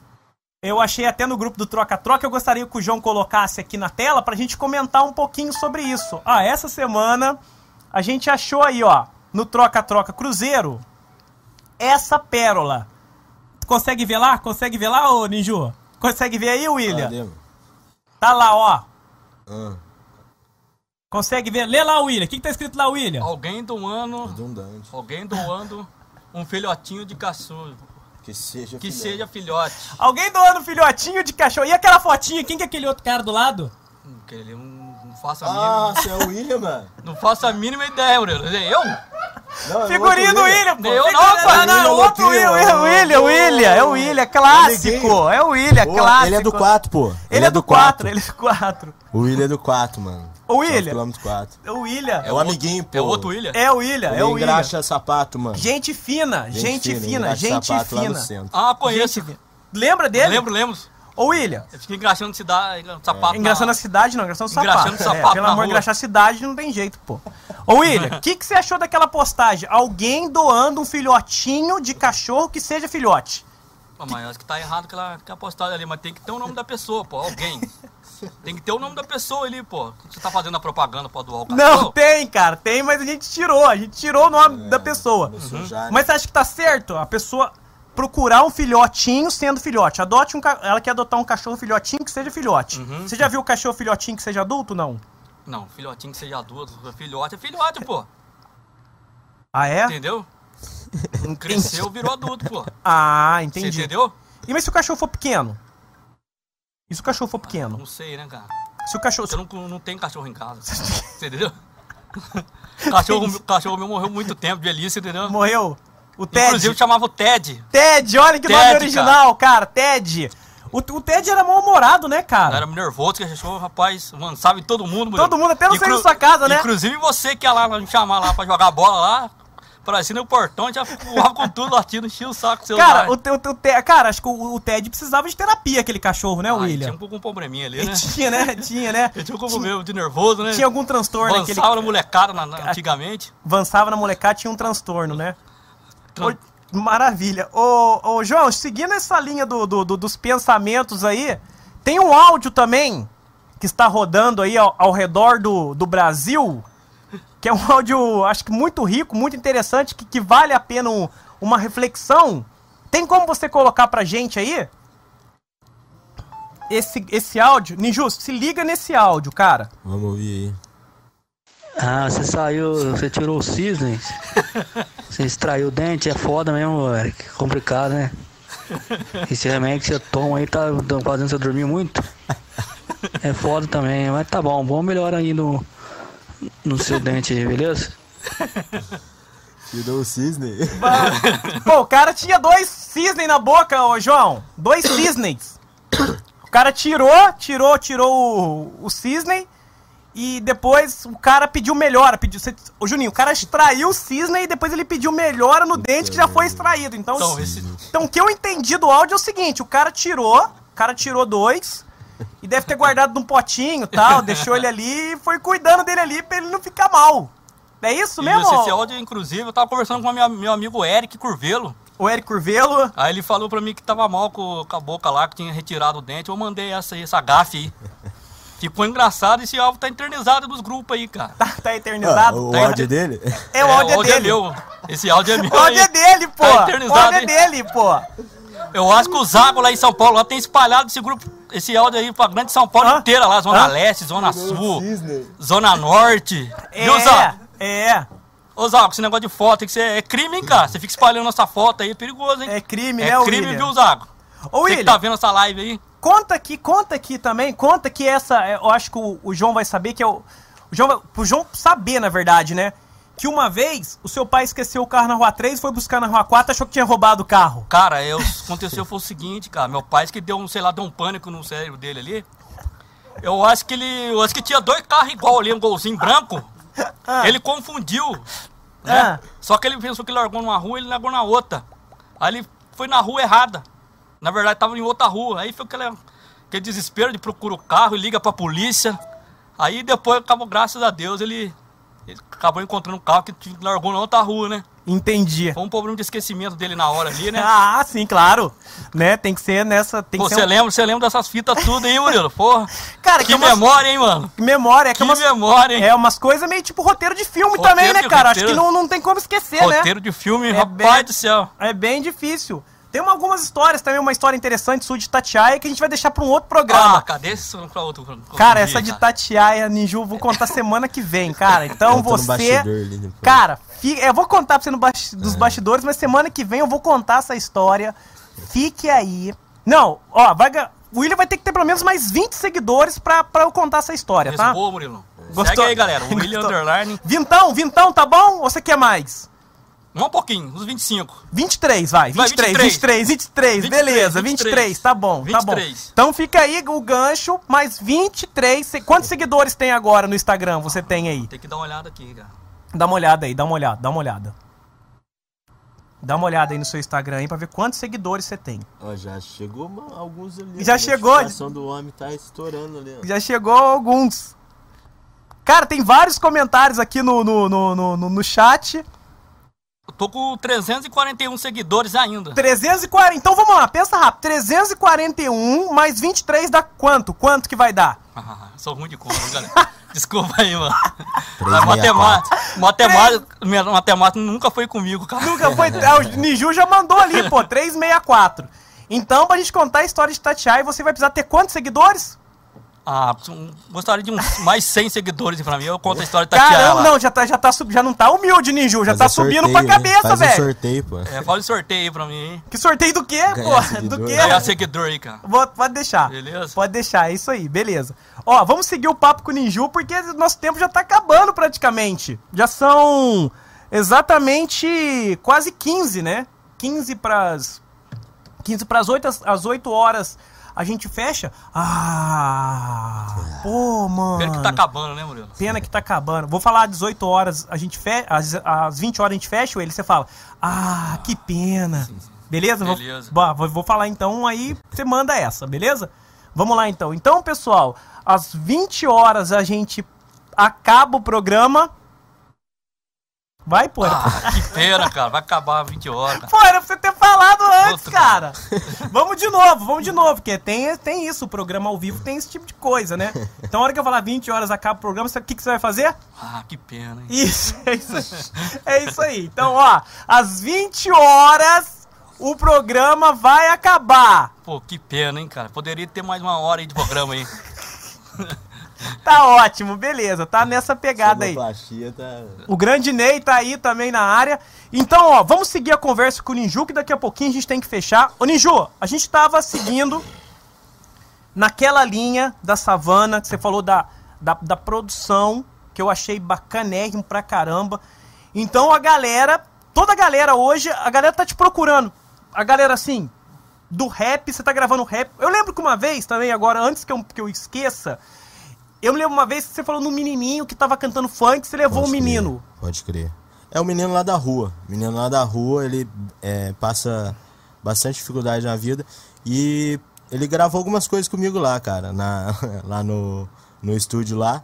Eu achei até no grupo do Troca-Troca, eu gostaria que o João colocasse aqui na tela pra gente comentar um pouquinho sobre isso. Essa semana a gente achou aí, ó, no Troca-Troca Cruzeiro, essa pérola. Consegue ver lá? Consegue ver lá, ô Ninju? Consegue ver aí, William? Cadê, mano? Tá lá, ó. Ah, Consegue ver? Lê lá, William. O que tá escrito lá, William? Alguém doando... redundante. Alguém doando Um filhotinho de cachorro. Que seja Que filhote. seja filhote. Alguém doando filhotinho de cachorro. E aquela fotinha? Quem que é aquele outro cara do lado? Que ele não faço a mínima. Ah, você é o William, mano? Não faço a mínima ideia, Murilo. Eu? Não, Figurinha do William, pô. Eu não, Figurinha- pô. Não, outro William. É o William, clássico. É o William, Pô, clássico. ele é do 4, pô. Ele é do 4, ele é do 4. O William é do 4, mano. O William? Quilômetro 4. É o William. É o amiguinho, pô. É o outro William? É o William, é o Ele William. engraxa sapato, mano. Gente fina, gente fina, engraxa gente sapato lá no fina. centro. Ah, conheço. Gente fina. Lembra dele? Lembro. Ô, William. Eu fiquei engraxando sapato. Engraçando a cidade, não, engraçando sapato. Engraxando sapato pelo na amor rua. de engraxar a cidade não tem jeito, pô. Ô, William, o que você achou daquela postagem? Alguém doando um filhotinho de cachorro que seja filhote. Pô, mas acho que tá errado aquela postagem ali, mas tem que ter o nome da pessoa, pô. Alguém. Tem que ter o nome da pessoa ali, pô. Você tá fazendo a propaganda pra doar o cachorro? Não, tem, cara, tem, mas a gente tirou o nome da pessoa. Começou já, né? Mas você acha que tá certo a pessoa procurar um filhotinho sendo filhote? Ela quer adotar um cachorro filhotinho que seja filhote. Você já viu o cachorro filhotinho que seja adulto, não? Não, filhotinho que seja adulto. Filhote é filhote, pô. Ah, é? Entendeu? Cresceu, virou adulto, pô. Ah, Você entendi. entendeu? E mas se o cachorro for pequeno? E se o cachorro for pequeno? Não sei, né, cara? Se o cachorro... Eu não tenho cachorro em casa. Você entendeu? Cachorro meu morreu muito tempo de velhice, entendeu? Morreu? O Ted. Inclusive chamava o Ted. Ted, olha que Ted, nome original, cara. Ted. O Ted era mal-humorado, né, Eu cara? era nervoso, que achou, rapaz, mano, sabe todo mundo. Todo mundo, até não saiu da sua casa, né? Inclusive você que ia lá me chamar lá pra jogar bola lá, parecendo o portão, já voava com tudo latindo, enchia o saco seu Cara, cara, acho que o Ted precisava de terapia, aquele cachorro, né, Tinha William? um probleminha ali, Ele né? tinha, né? Tinha, né? Ele tinha um problema de nervoso, né? Tinha algum transtorno aquele... Avançava na molecada antigamente. Avançava na molecada, tinha um transtorno, né? Maravilha. Ô, João, seguindo essa linha dos pensamentos aí, tem um áudio também que está rodando aí ao redor do Brasil, que é um áudio, acho que muito rico, muito interessante, que vale a pena uma reflexão. Tem como você colocar pra gente aí? Esse áudio? Ninju, se liga nesse áudio, cara. Vamos ouvir aí. Ah, você tirou o cisne, você extraiu o dente, é foda mesmo, velho, que complicado, né? Esse remédio que você toma aí tá fazendo você dormir muito, é foda também, mas tá bom melhor aí no seu dente aí, beleza? Tirou o cisne. Pô, o cara tinha 2 cisnes na boca, ô João, 2 cisnes. O cara tirou o cisne. E depois o cara pediu melhora. Ô Juninho, o cara extraiu o cisne e depois ele pediu melhora no dente que já foi extraído. Então o que eu entendi do áudio é o seguinte: o cara tirou 2 e deve ter guardado num potinho e tal, deixou ele ali e foi cuidando dele ali pra ele não ficar mal. É isso mesmo? Esse áudio, inclusive, eu tava conversando com meu amigo Eric Curvelo. O Eric Curvelo. Aí ele falou pra mim que tava mal com a boca lá, que tinha retirado o dente. Eu mandei essa gafe aí. Ficou engraçado, esse áudio tá eternizado nos grupos aí, cara. Tá eternizado? O áudio é dele? É, o áudio é dele. Meu. Esse áudio é meu. O áudio é dele, pô. Tá eternizado, o áudio é hein? dele, pô. Eu acho que o Zago lá em São Paulo lá tem espalhado esse áudio aí pra grande São Paulo inteira lá. Zona Leste, Zona Sul, Zona Norte. Viu, Zago? Ô, Zago, esse negócio de foto tem que ser... É crime, hein, cara? Você fica espalhando essa foto aí, é perigoso, hein? É crime, né, É crime, William? viu, Zago? Ô, Você que tá vendo essa live aí. Conta aqui também, conta que eu acho que o João vai saber, que é o João saber, na verdade, né? Que uma vez o seu pai esqueceu o carro na Rua 3, foi buscar na Rua 4, achou que tinha roubado o carro. Cara, aconteceu foi o seguinte, cara, meu pai que deu um pânico no cérebro dele ali. Eu acho que tinha 2 carros igual ali, um golzinho branco. Ele confundiu, né? Só que ele pensou que largou numa rua, ele largou na outra. Aí ele foi na rua errada. Na verdade, tava em outra rua. Aí foi aquele desespero de procurar o carro e liga pra polícia. Aí depois, graças a Deus, ele acabou encontrando um carro que largou na outra rua, né? Entendi. Foi um problema de esquecimento dele na hora ali, né? Ah, sim, claro. Né? Tem que ser nessa... Tem que ser Você lembra dessas fitas tudo aí, Murilo? Porra. Cara, que memória, hein, mano? Que memória. Memória, hein? É umas coisas meio tipo roteiro de filme também, né, cara? Acho que não tem como esquecer, né? Roteiro de filme, rapaz do céu. É bem difícil. Tem algumas histórias também, uma história interessante sua de Itatiaia que a gente vai deixar pra um outro programa. Ah, cadê esse pra outro? Cara, essa de Itatiaia, Ninju, vou contar semana que vem, cara. Então você... Cara, eu vou contar pra você dos bastidores, mas semana que vem eu vou contar essa história. Fique aí. Não, ó, o William vai ter que ter pelo menos mais 20 seguidores pra eu contar essa história, tá? Boa, Murilo. Gostou? Segue aí, galera. O William Underline. Vintão, tá bom? Ou você quer mais? Um pouquinho, uns 25. 23, vai. 23. Beleza, 23, tá bom, 23. Tá bom. Então fica aí o gancho, mais 23. Quantos seguidores tem agora no Instagram, você tem aí? Tem que dar uma olhada aqui, cara. Dá uma olhada aí, dá uma olhada. Dá uma olhada aí no seu Instagram aí pra ver quantos seguidores você tem. Ó, já chegou alguns ali. Já chegou? A notificação do homem tá estourando ali. Ó. Já chegou alguns. Cara, tem vários comentários aqui no chat. Eu tô com 341 seguidores ainda. 340, então vamos lá, pensa rápido. 341 mais 23 dá quanto? Quanto que vai dar? Sou ruim de conta, galera. Desculpa aí, mano. Matemática nunca foi comigo, cara. Nunca foi. O Niju já mandou ali, pô, 364. Então, pra gente contar a história de Itatiaia, você vai precisar ter quantos seguidores? Gostaria de mais 100 seguidores pra mim. Eu conto a história de Itatiaia. Caramba, não, já não tá humilde, Niju. Já tá subindo pra cabeça, velho. Faz um sorteio, pô. Faz um sorteio aí pra mim, hein? Que sorteio do quê, pô? Do quê? Ganhar seguidor aí, cara. Pode deixar. Beleza? Pode deixar, é isso aí, beleza. Ó, vamos seguir o papo com o Niju, porque nosso tempo já tá acabando praticamente. Já são exatamente quase 15, né? 15 pras 8, às 8 horas a gente fecha. Pô, mano. Pena que tá acabando, né, Murilo? Pena que tá acabando. Vou falar às 18 horas a gente fecha, às 20 horas a gente fecha, ele você fala, que pena. Sim. Beleza? Beleza. Vou falar então, aí você manda essa, beleza? Vamos lá então. Então, pessoal, às 20 horas a gente acaba o programa. Vai, pô. Que pena, cara. Vai acabar 20 horas. Cara. Pô, era pra você ter falado antes, cara. Vamos de novo, porque tem isso, o programa ao vivo tem esse tipo de coisa, né? Então, a hora que eu falar 20 horas acaba o programa, o que você vai fazer? Que pena, hein? Isso, é isso aí. Então, ó, às 20 horas o programa vai acabar. Pô, que pena, hein, cara. Poderia ter mais uma hora aí de programa aí. Tá ótimo, beleza, tá nessa pegada aí. O grande Ney tá aí também na área. Então, ó, vamos seguir a conversa com o Ninju, que daqui a pouquinho a gente tem que fechar. Ô, Ninju, a gente tava seguindo naquela linha da savana, que você falou da produção, que eu achei bacanérrimo pra caramba. Então, toda a galera hoje, a galera tá te procurando. A galera, assim, do rap, você tá gravando rap. Eu lembro que uma vez também, agora, antes que eu esqueça... Eu me lembro uma vez que você falou no menininho que tava cantando funk, você levou o menino. Pode crer. É o menino lá da rua. O menino lá da rua, ele passa bastante dificuldade na vida. E ele gravou algumas coisas comigo lá, cara. Lá no estúdio lá.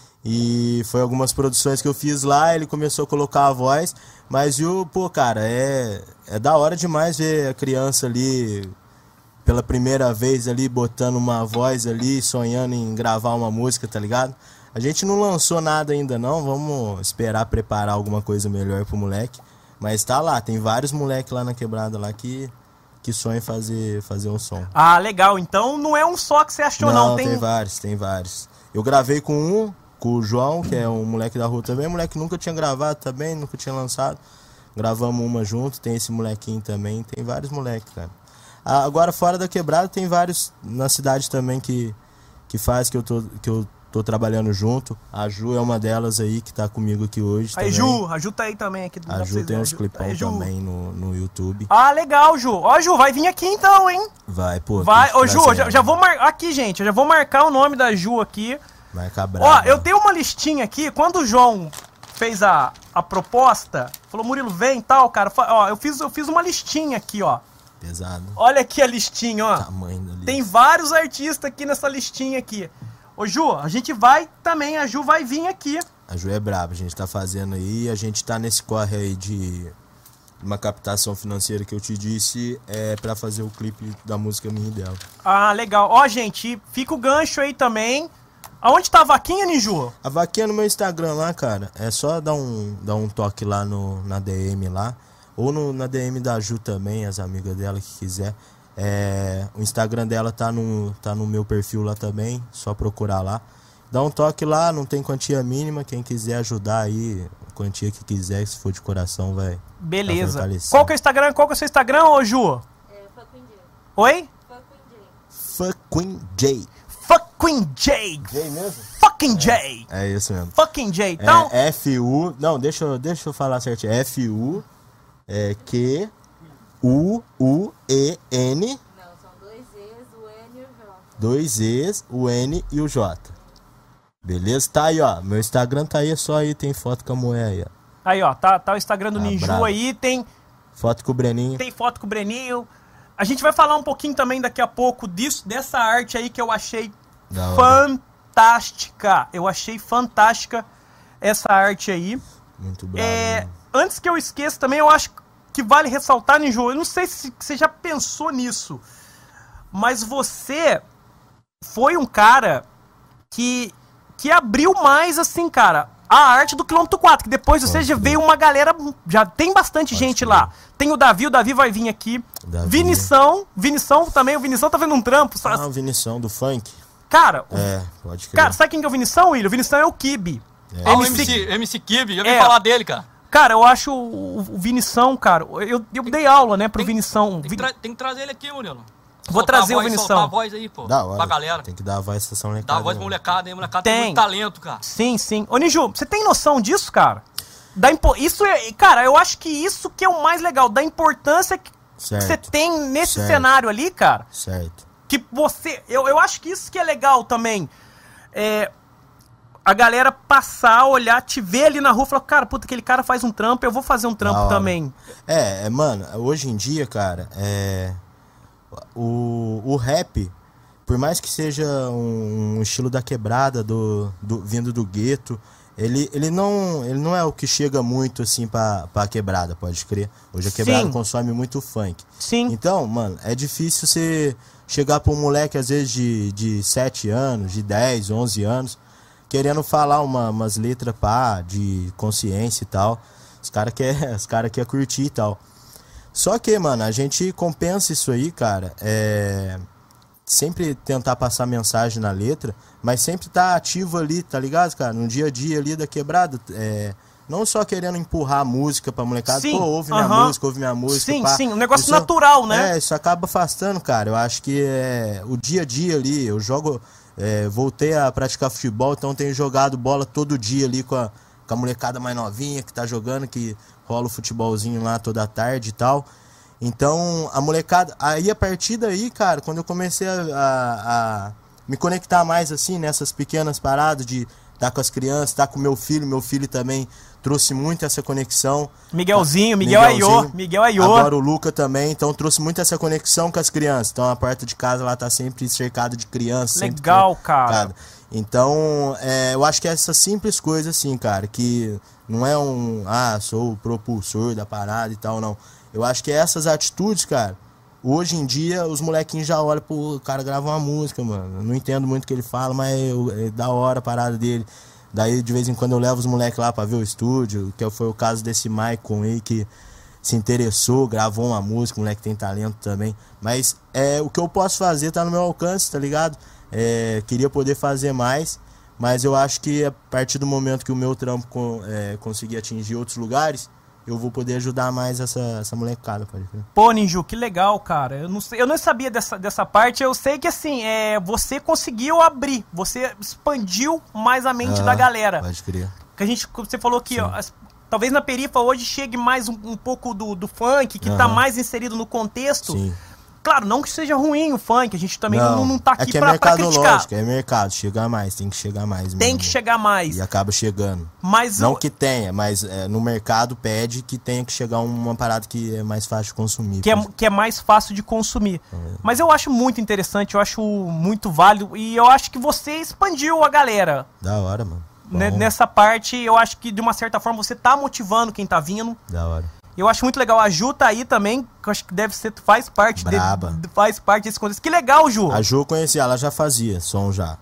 E foi algumas produções que eu fiz lá, ele começou a colocar a voz. Mas, cara, é da hora demais ver a criança ali... pela primeira vez ali, botando uma voz ali, sonhando em gravar uma música, tá ligado? A gente não lançou nada ainda não, vamos esperar preparar alguma coisa melhor pro moleque. Mas tá lá, tem vários moleques lá na quebrada lá que sonham em fazer um som. Legal, então não é um só que você achou não. Tem vários. Eu gravei com o João, que é um moleque da rua também, moleque que nunca tinha gravado também, nunca tinha lançado. Gravamos uma junto, tem esse molequinho também, tem vários moleques, cara. Agora, fora da quebrada, tem vários na cidade também que faz, que eu tô trabalhando junto. A Ju é uma delas aí, que tá comigo aqui hoje. A Ju tá aí também. Aqui a Ju tem uns clipão também no YouTube. Legal, Ju. Ó, Ju, vai vir aqui então, hein? Vai, pô. Ô, Ju, já vou marcar aqui, gente. Eu já vou marcar o nome da Ju aqui. Marca brava. Ó, eu tenho uma listinha aqui. Quando o João fez a proposta, falou, Murilo, vem e tal, cara. Ó, eu fiz uma listinha aqui, ó. Pesado. Olha aqui a listinha, ó. Tamanho da lista. Tem vários artistas aqui nessa listinha aqui. Ô, Ju, a gente vai também, a Ju vai vir aqui. A Ju é braba, a gente tá fazendo aí, a gente tá nesse corre aí de uma captação financeira que eu te disse, pra fazer o clipe da música minha e dela. Legal. Ó, gente, fica o gancho aí também. Aonde tá a vaquinha, Ninju? A vaquinha no meu Instagram lá, cara. É só dar um toque lá na DM lá. ou na DM da Ju também, as amigas dela que quiser. O Instagram dela tá no meu perfil lá também, só procurar lá. Dá um toque lá, não tem quantia mínima, quem quiser ajudar aí, quantia que quiser, se for de coração, vai. Beleza. Qual que é o Instagram? Qual que é o seu Instagram, ô Ju? Fucking J. Oi? Fucking J. Fucking J. J mesmo? Fucking J. É isso mesmo. Fucking J. Então... F-U... Não, deixa eu falar certinho. F-U... Q-U-U-E-N... Não, são 2 E's, o N e o J. 2 E's, o N e o J. Beleza? Tá aí, ó. Meu Instagram tá aí, é só aí, tem foto com a mulher aí, ó. Aí, ó, tá o Instagram do Ninju bravo. aí, tem Foto com o Breninho. Tem foto com o Breninho. A gente vai falar um pouquinho também daqui a pouco dessa arte aí que eu achei fantástica. Eu achei fantástica essa arte aí. Muito bravo. Né? Antes que eu esqueça também, eu acho que vale ressaltar, Ninju, eu não sei se você já pensou nisso, mas você foi um cara que abriu mais, assim, cara, a arte do Quilômetro 4, que depois você já veio uma galera, já tem bastante gente lá. Tem o Davi vai vir aqui. Vinição também, o Vinição tá vendo um trampo. O Vinição do funk. Cara, pode crer. Cara, sabe quem que é o Vinição, William? O Vinição é o Kibe. MC Kibe, já ouvi falar dele, cara. Cara, eu acho o Vinição, cara, eu dei aula, né, pro Vinição. Tem que trazer ele aqui, Murilo. Vou trazer o Vinição. Soltar a voz aí, pô. Da hora. Pra galera. Tem que dar a voz pra essa molecada. Dá a voz pra molecada, hein? Molecada tem muito talento, cara. Sim. Ô, Ninju, você tem noção disso, cara? Isso cara, eu acho que isso que é o mais legal, da importância que você tem nesse cenário ali, cara. Certo. Que você... Eu acho que isso que é legal também. A galera passar, olhar, te ver ali na rua e falar, cara, puta, aquele cara faz um trampo, eu vou fazer um trampo também. Mano, hoje em dia, cara, o rap, por mais que seja um estilo da quebrada, vindo do gueto, ele não é o que chega muito, assim, pra quebrada, pode crer. Hoje a quebrada consome muito funk. Sim. Então, mano, é difícil você chegar pra um moleque, às vezes, de 7 anos, de 10, 11 anos, querendo falar umas letras de consciência e tal. Os caras querem curtir e tal. Só que, mano, a gente compensa isso aí, cara. Sempre tentar passar mensagem na letra, mas sempre tá ativo ali, tá ligado, cara? No dia a dia ali da quebrada. Não só querendo empurrar a música pra molecada. Sim, pô, ouve minha música. Sim, um negócio natural, né? Isso acaba afastando, cara. Eu acho que o dia a dia ali, eu jogo... voltei a praticar futebol, então tenho jogado bola todo dia ali com a molecada mais novinha que tá jogando, que rola o futebolzinho lá toda tarde e tal. Então, a molecada... Aí, a partir daí, cara, quando eu comecei a me conectar mais, assim, nessas pequenas paradas de estar com as crianças, estar com meu filho também trouxe muito essa conexão. Miguel Aiô. Agora o Luca também, então trouxe muito essa conexão com as crianças. Então, a porta de casa lá tá sempre cercada de crianças. Legal, cara. Então, eu acho que é essas simples coisas, assim, cara, que não é sou o propulsor da parada e tal, não. Eu acho que essas atitudes, cara, hoje em dia os molequinhos já olham pro cara grava uma música, mano. Eu não entendo muito o que ele fala, mas é da hora a parada dele. Daí, de vez em quando, eu levo os moleques lá pra ver o estúdio, que foi o caso desse Maicon aí, que se interessou, gravou uma música, o moleque tem talento também. Mas o que eu posso fazer tá no meu alcance, tá ligado? Queria poder fazer mais, mas eu acho que a partir do momento que o meu trampo conseguir atingir outros lugares, eu vou poder ajudar mais essa molecada, pode ver. Pô, Ninju, que legal, cara. Eu não sabia dessa parte. Eu sei que, assim, você conseguiu abrir, você expandiu mais a mente da galera. Pode crer. Você falou que, talvez na perifa hoje chegue mais um pouco do funk, que tá mais inserido no contexto. Sim. Claro, não que seja ruim o funk, a gente também não tá aqui pra criticar. É mercado, chegar mais, tem que chegar mais mesmo. Tem que chegar mais. E acaba chegando. Mas não que tenha, mas no mercado pede que tenha que chegar uma parada que é mais fácil de consumir. Que é mais fácil de consumir. Mas eu acho muito interessante, eu acho muito válido e eu acho que você expandiu a galera. Da hora, mano. Nessa parte, eu acho que de uma certa forma você tá motivando quem tá vindo. Da hora. Eu acho muito legal. A Ju tá aí também, que eu acho que faz parte desse contexto. Que legal, Ju. A Ju eu conheci, ela já fazia som já.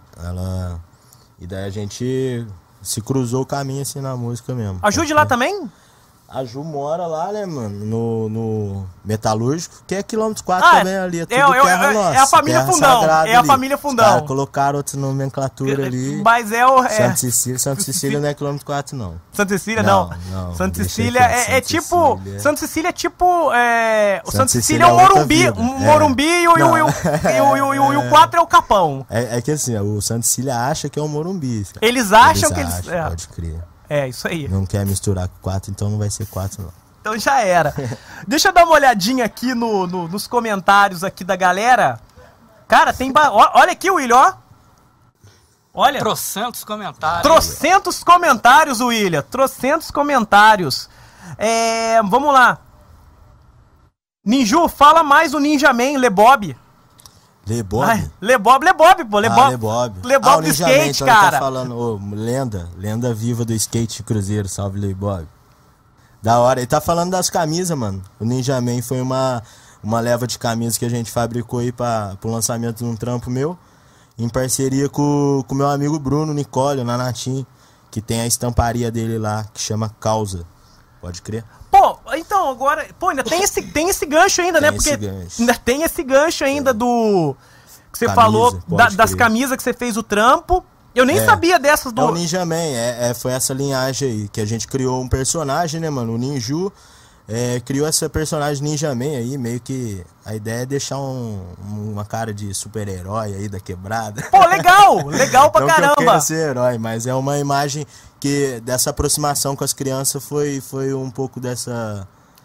E daí a gente se cruzou o caminho assim na música mesmo. A Ju de lá também? A Ju mora lá, né, mano, no Metalúrgico, que é quilômetro 4 também ali, é tudo terra nossa. É a família Fundão, é a família Fundão. Os caras colocaram outra nomenclatura ali. Mas é o... Santa Cecília não é quilômetro 4, não. Santa Cecília, não. Santa Cecília é tipo... Santa Cecília é tipo... O Santa Cecília é o Morumbi. O Morumbi e o 4 é o Capão. É que assim, o Santa Cecília acha que é o Morumbi. Eles acham que eles... Pode crer. É, isso aí. Não quer misturar com 4, então não vai ser 4, não. Então já era. Deixa eu dar uma olhadinha aqui nos comentários aqui da galera. Cara, tem... Olha aqui, William, ó. Olha. Trocentos comentários. Trocentos comentários, William. Trocentos comentários. Vamos lá. Ninju, fala mais do Ninja Man, Lebob. Lebob? Lebob, pô. Lebob. Lebob do skate, então cara. Ele tá falando, lenda viva do skate Cruzeiro, salve Lebob. Da hora. Ele tá falando das camisas, mano. O Ninja Man foi uma leva de camisas que a gente fabricou aí pro lançamento de um trampo meu, em parceria com o meu amigo Bruno Nicole, na Natim, que tem a estamparia dele lá, que chama Causa. Pode crer? Pô, então, agora... Pô, ainda tem esse gancho ainda, né? Porque ainda tem esse gancho ainda do... Que você falou, das camisas que você fez o trampo. Eu nem sabia dessas do... É o Ninja Man, foi essa linhagem aí, que a gente criou um personagem, né, mano? O Ninju criou essa personagem Ninja Man aí, meio que... A ideia é deixar uma cara de super-herói aí da quebrada. Pô, legal pra não caramba. Que eu queira ser herói, mas é uma imagem que dessa aproximação com as crianças foi um pouco dessa...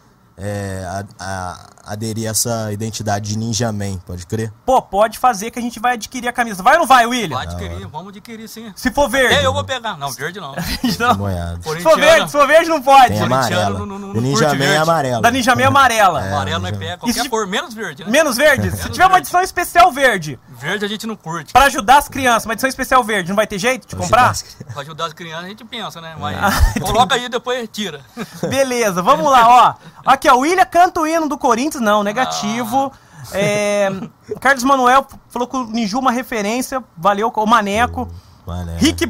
aderir a essa identidade de Ninja Man, pode crer? Pô, pode fazer que a gente vai adquirir a camisa. Vai ou não vai, William? Vai adquirir, vamos adquirir sim. Se for verde. Eu vou pegar. Não, verde não. Se for verde não pode. Tem amarela. O Ninja Man é amarelo. Da Ninja Man é amarela. Amarelo não é pega. Qualquer cor, menos verde, né? Menos verde? Se tiver uma edição especial verde. Verde a gente não curte. Pra ajudar as crianças, uma edição especial verde, não vai ter jeito de comprar? Pra ajudar as crianças a gente pensa, né? Mas coloca aí e depois tira. Beleza, vamos lá, ó. Aqui, ó, o William canta o hino do Corinthians, não, negativo. Carlos Manuel falou que o Ninju uma referência, valeu, o Maneco. Rick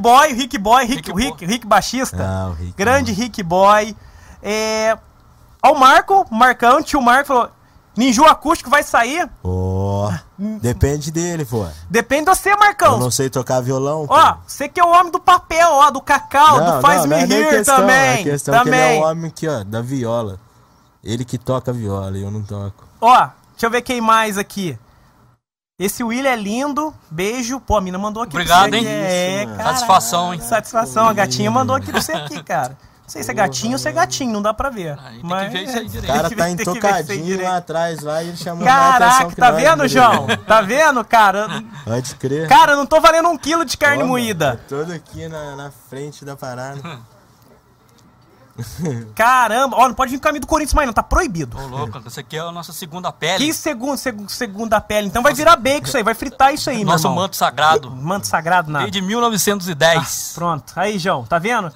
baixista. Grande Rick Boy. Ó, o Marcão, tio Marco falou: Ninju acústico vai sair? Depende dele, pô. Depende de você, Marcão. Eu não sei tocar violão. Ó, você que é o homem do papel, ó, do cacau, do faz-me rir também. A questão é que ele é o homem aqui, ó, da viola. Ele que toca viola e eu não toco. Ó, deixa eu ver quem mais aqui. Esse William é lindo. Beijo. Pô, a mina mandou aqui. Obrigado, pra você. hein? Satisfação, hein? Satisfação. A gatinha mandou aqui pra você aqui, cara. Não sei se é gatinho ou se é gatinho, não dá pra ver. Mas tem que ver isso aí direito. O cara tá intocadinho lá atrás, lá, e ele chamou Caraca, a atenção. tá vendo, João? Tá vendo, cara? Pode crer. Cara, não tô valendo 1 quilo de carne moída. Todo aqui na frente da parada. Caramba, ó, não pode vir com o caminho do Corinthians mais não, tá proibido. Ô, louco, essa aqui é a nossa segunda pele. Que segunda pele? Então vai virar bacon isso aí, vai fritar isso aí, nosso meu irmão. manto sagrado. Manto sagrado, nada. Desde 1910. Pronto, aí, João, tá vendo?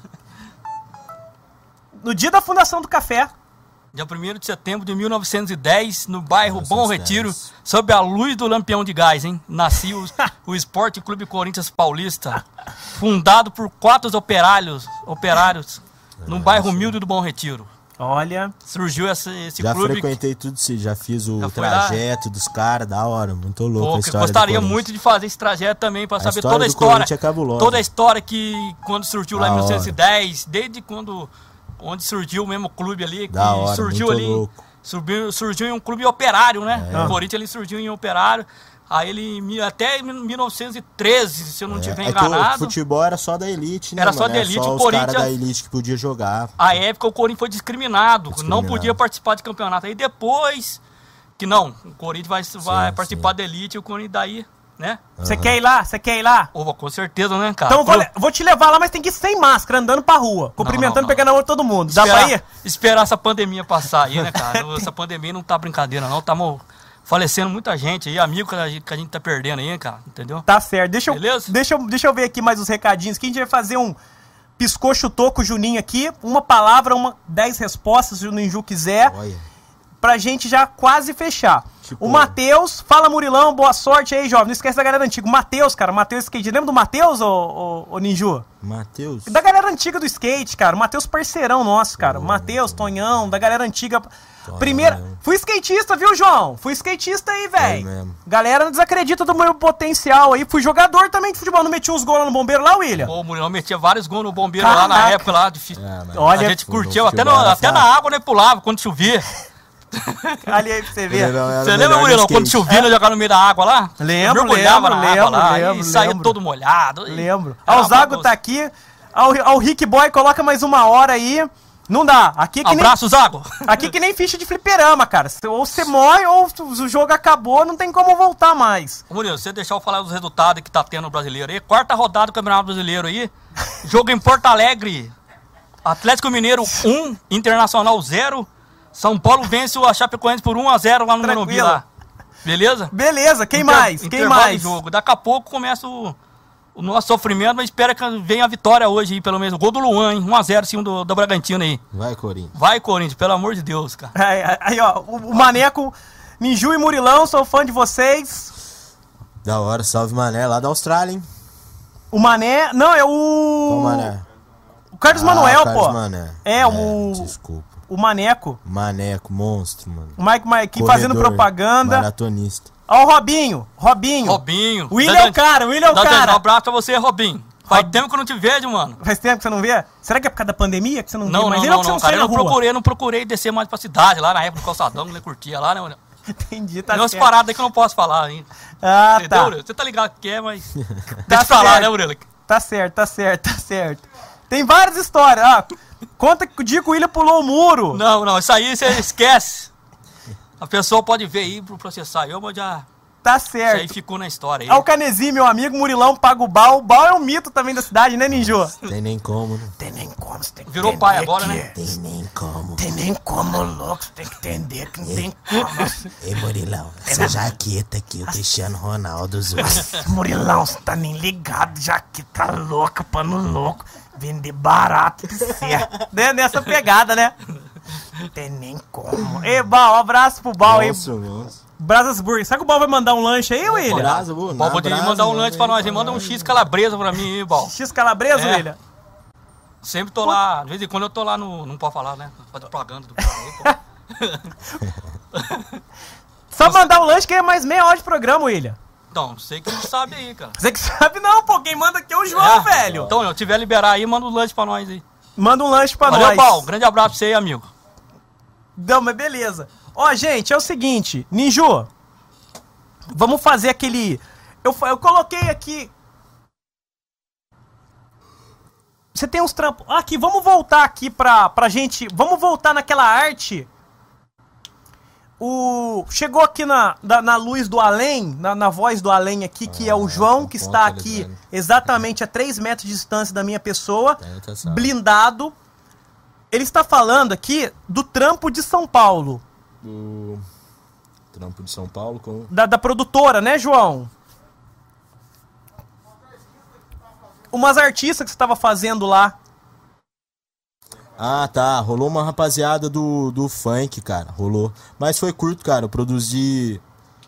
No dia da fundação do café. Dia 1º de setembro de 1910, no bairro Bom Retiro, sob a luz do lampião de gás, hein? Nasceu o Esporte Clube Corinthians Paulista, fundado por 4 operários num bairro humilde do Bom Retiro. Olha. Surgiu esse já clube. Já frequentei tudo isso, já fiz o trajeto dos caras, da hora, muito louco a história. Gostaria muito de fazer esse trajeto também, pra saber toda a história. É cabulosa. Toda a história que quando surgiu lá em 1910, desde quando onde surgiu o mesmo clube ali, que hora, surgiu ali. Louco. Surgiu em um clube operário, né? O Corinthians ele surgiu em operário. Aí ele, até 1913, se eu não estiver enganado. O futebol era só da elite, né? Era só da elite, só o Corinthians. Os caras da elite que podia jogar. A época o Corinthians foi discriminado, não podia participar de campeonato. Aí depois, que não, o Corinthians vai participar da elite, o Corinthians daí, né? Você quer ir lá? Você quer ir lá? Com certeza, né, cara? Então vou te levar lá, mas tem que ir sem máscara, andando pra rua, cumprimentando, pegando a mão de todo mundo. Dá pra ir? Esperar essa pandemia passar aí, né, cara? Essa pandemia não tá brincadeira, não. Estamos falecendo muita gente aí, amigo que a gente tá perdendo aí, cara, entendeu? Tá certo. Beleza? Deixa eu ver aqui mais os recadinhos, que a gente vai fazer um piscou, chutou com o Juninho aqui, uma palavra, 10 respostas, se o Ninju quiser. Olha. pra gente já quase fechar. Tipo- O Matheus, fala Murilão, boa sorte aí, jovem. Não esquece da galera antiga. O Matheus, cara, Matheus Skate. Lembra do Matheus, ô Ninju? Matheus. Da galera antiga do skate, cara. O Matheus parceirão nosso, cara. O Matheus, Tonhão, da galera antiga. Primeira. Fui skatista, viu, João? Fui skatista aí, velho. mesmo. Galera não desacredita do meu potencial aí. Fui jogador também de futebol. Não meti uns gols lá no Bombeiro lá, William? Pô, o Murilão metia vários gols no bombeiro lá Caraca. na época lá. Difícil. Mas Olha, a gente curtiu, no até, futebol era até na fácil. água nós pulava quando chovia. Ali aí pra você ver. Você lembra, Murilão, quando chovia nós jogava no meio da água lá? Lembro, Mergulhava lembro, na água lá lembro, e saía lembro. todo molhado. Lembro. Era Ó, o uma Zago bagunça. tá aqui. Ó, o Rick Boy coloca mais uma hora aí. Não dá. Aqui que nem, Abraço, Zago. aqui que nem ficha de fliperama, cara. Ou você morre ou o jogo acabou, não tem como voltar mais. Ô, Murilo, você deixar eu falar dos resultados que tá tendo no brasileiro aí. Quarta rodada do Campeonato Brasileiro aí. Jogo em Porto Alegre. Atlético Mineiro 1, Internacional 0. São Paulo vence o Chapecoense por 1-0 lá no Morumbi Tranquilo. lá. Beleza? Beleza, quem mais? Quem Intervalo mais? de jogo. Daqui a pouco começa o nosso sofrimento, mas espera que venha a vitória hoje aí, pelo menos. O gol do Luan, hein? 1-0 em cima do Bragantino aí. Vai, Corinthians. Vai, Corinthians, pelo amor de Deus, cara. Aí, ó, o Maneco, Ninju e Murilão, sou fã de vocês. Da hora, salve Mané, lá da Austrália, hein? O Mané, não, é Qual o... Mané? O Carlos Manuel, Carlos pô. Mané. É, o... Desculpa. O Maneco. Maneco, monstro, mano. O Mike aqui fazendo Corredor, propaganda. Maratonista. Ó o Robinho. Robinho. O William é o cara, o William é o Um cara. abraço pra você, Robinho. Faz tempo que eu não te vejo, mano. Faz tempo que você não vê? Será que é por causa da pandemia que você não vê? Não, Mas não, ele não, que você não, sai cara. na Eu rua. não procurei descer mais pra cidade, lá na época do calçadão, que ele curtia lá, né, mano? Entendi, tá Tem umas certo. paradas aí que eu não posso falar ainda. Ah, Entendeu, tá. Murilo? Você tá ligado que é, mas... Tá Deixa eu falar, certo. né, Murilo? Tá certo, tá certo, tá certo. Tem várias histórias. Ah, conta que o dia que o William pulou o muro. Não, isso aí você esquece. A pessoa pode ver aí pro processar eu, mas já... Tá Isso aí certo. ficou na história aí. É o Canezinho, meu amigo, Murilão paga o Bal. O Bal é um mito também da cidade, né, Ninjo? Tem nem como, né? Tem nem como, você tem que Virou entender pai agora, que né? Tem nem como. Tem nem como, louco, você tem que entender que não tem como. Ei, Murilão, essa jaqueta aqui, o Cristiano Ronaldo usou. Murilão, você tá nem ligado, jaqueta louca, pano louco, vender barato pra você. Nessa pegada, né? Tem nem como. Ei, Bal, um abraço pro Bal aí. Monstro. Brasas Burger. Será que o Bal vai mandar um lanche aí, William? Brasa, boa. O Bal poderia mandar um lanche pra nós aí. Manda um X calabresa pra mim aí, Bal. X calabresa, É. William? Sempre tô lá, de vez em quando eu tô lá no... Não pode falar, né? Fazer propaganda do cara aí, pô. Só mandar um lanche que é mais meia hora de programa, William. Então, sei que você sabe aí, cara. Você que sabe não, pô. Quem manda aqui é o João, velho. Então, se eu tiver liberar aí, manda um lanche pra nós aí. Manda um lanche pra Valeu, nós. Bal. Grande abraço pra você aí, amigo. Não, mas beleza. Ó, gente, é o seguinte. Ninju, vamos fazer aquele... Eu coloquei aqui... Você tem uns trampos... Aqui, vamos voltar aqui pra gente... Vamos voltar naquela arte... Chegou aqui na luz do além, na voz do além aqui, que é o João, que está aqui exatamente a 3 metros de distância da minha pessoa, blindado. Ele está falando aqui do trampo de São Paulo. Do trampo de São Paulo com... Da produtora, né, João? Umas artistas que você estava fazendo lá. Ah, tá. Rolou uma rapaziada do funk, cara. Rolou. Mas foi curto, cara. Eu produzi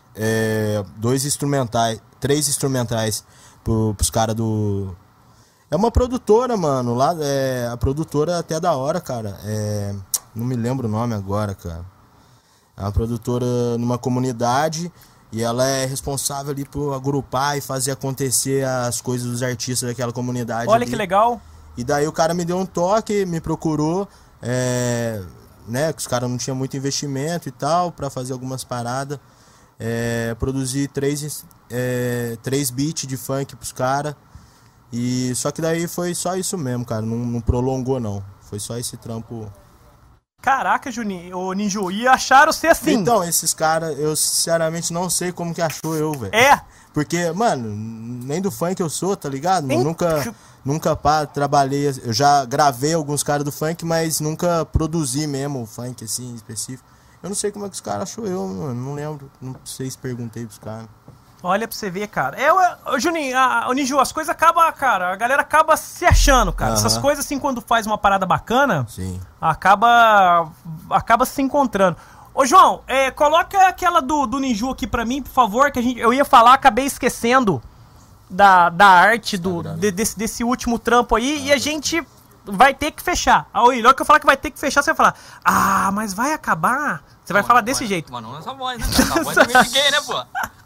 3 instrumentais pros caras do... É uma produtora, mano. Lá, a produtora é até da hora, cara. Não me lembro o nome agora, cara. É uma produtora numa comunidade e ela é responsável ali por agrupar e fazer acontecer as coisas dos artistas daquela comunidade. Olha ali. que legal. E daí o cara me deu um toque, me procurou, né, que os caras não tinham muito investimento e tal, pra fazer algumas paradas. Produzi 3 beats de funk pros caras. E só que daí foi só isso mesmo, cara, não prolongou não. Foi só esse trampo. Caraca, Juninho, ô Ninju, e acharam você assim? Então, esses caras, eu sinceramente não sei como que achou eu, velho. Porque, mano, nem do funk eu sou, tá ligado? Eu nunca trabalhei, eu já gravei alguns caras do funk, mas nunca produzi mesmo o funk, assim, específico. Eu não sei como é que os caras achou eu, mano, não lembro, não sei se perguntei pros caras. Olha pra você ver, cara. Juninho, o Ninju, as coisas acabam, cara, a galera acaba se achando, cara. Essas coisas, assim, quando faz uma parada bacana, sim, acaba se encontrando. Ô, João, coloca aquela do Ninju aqui pra mim, por favor, que eu ia falar, acabei esquecendo da arte desse último trampo aí, e a gente vai ter que fechar. Ó, William, que eu falar que vai ter que fechar, você vai falar, mas vai acabar? Você vai falar desse jeito. Mas não essa voz, né? Essa voz é meio gay, né, pô?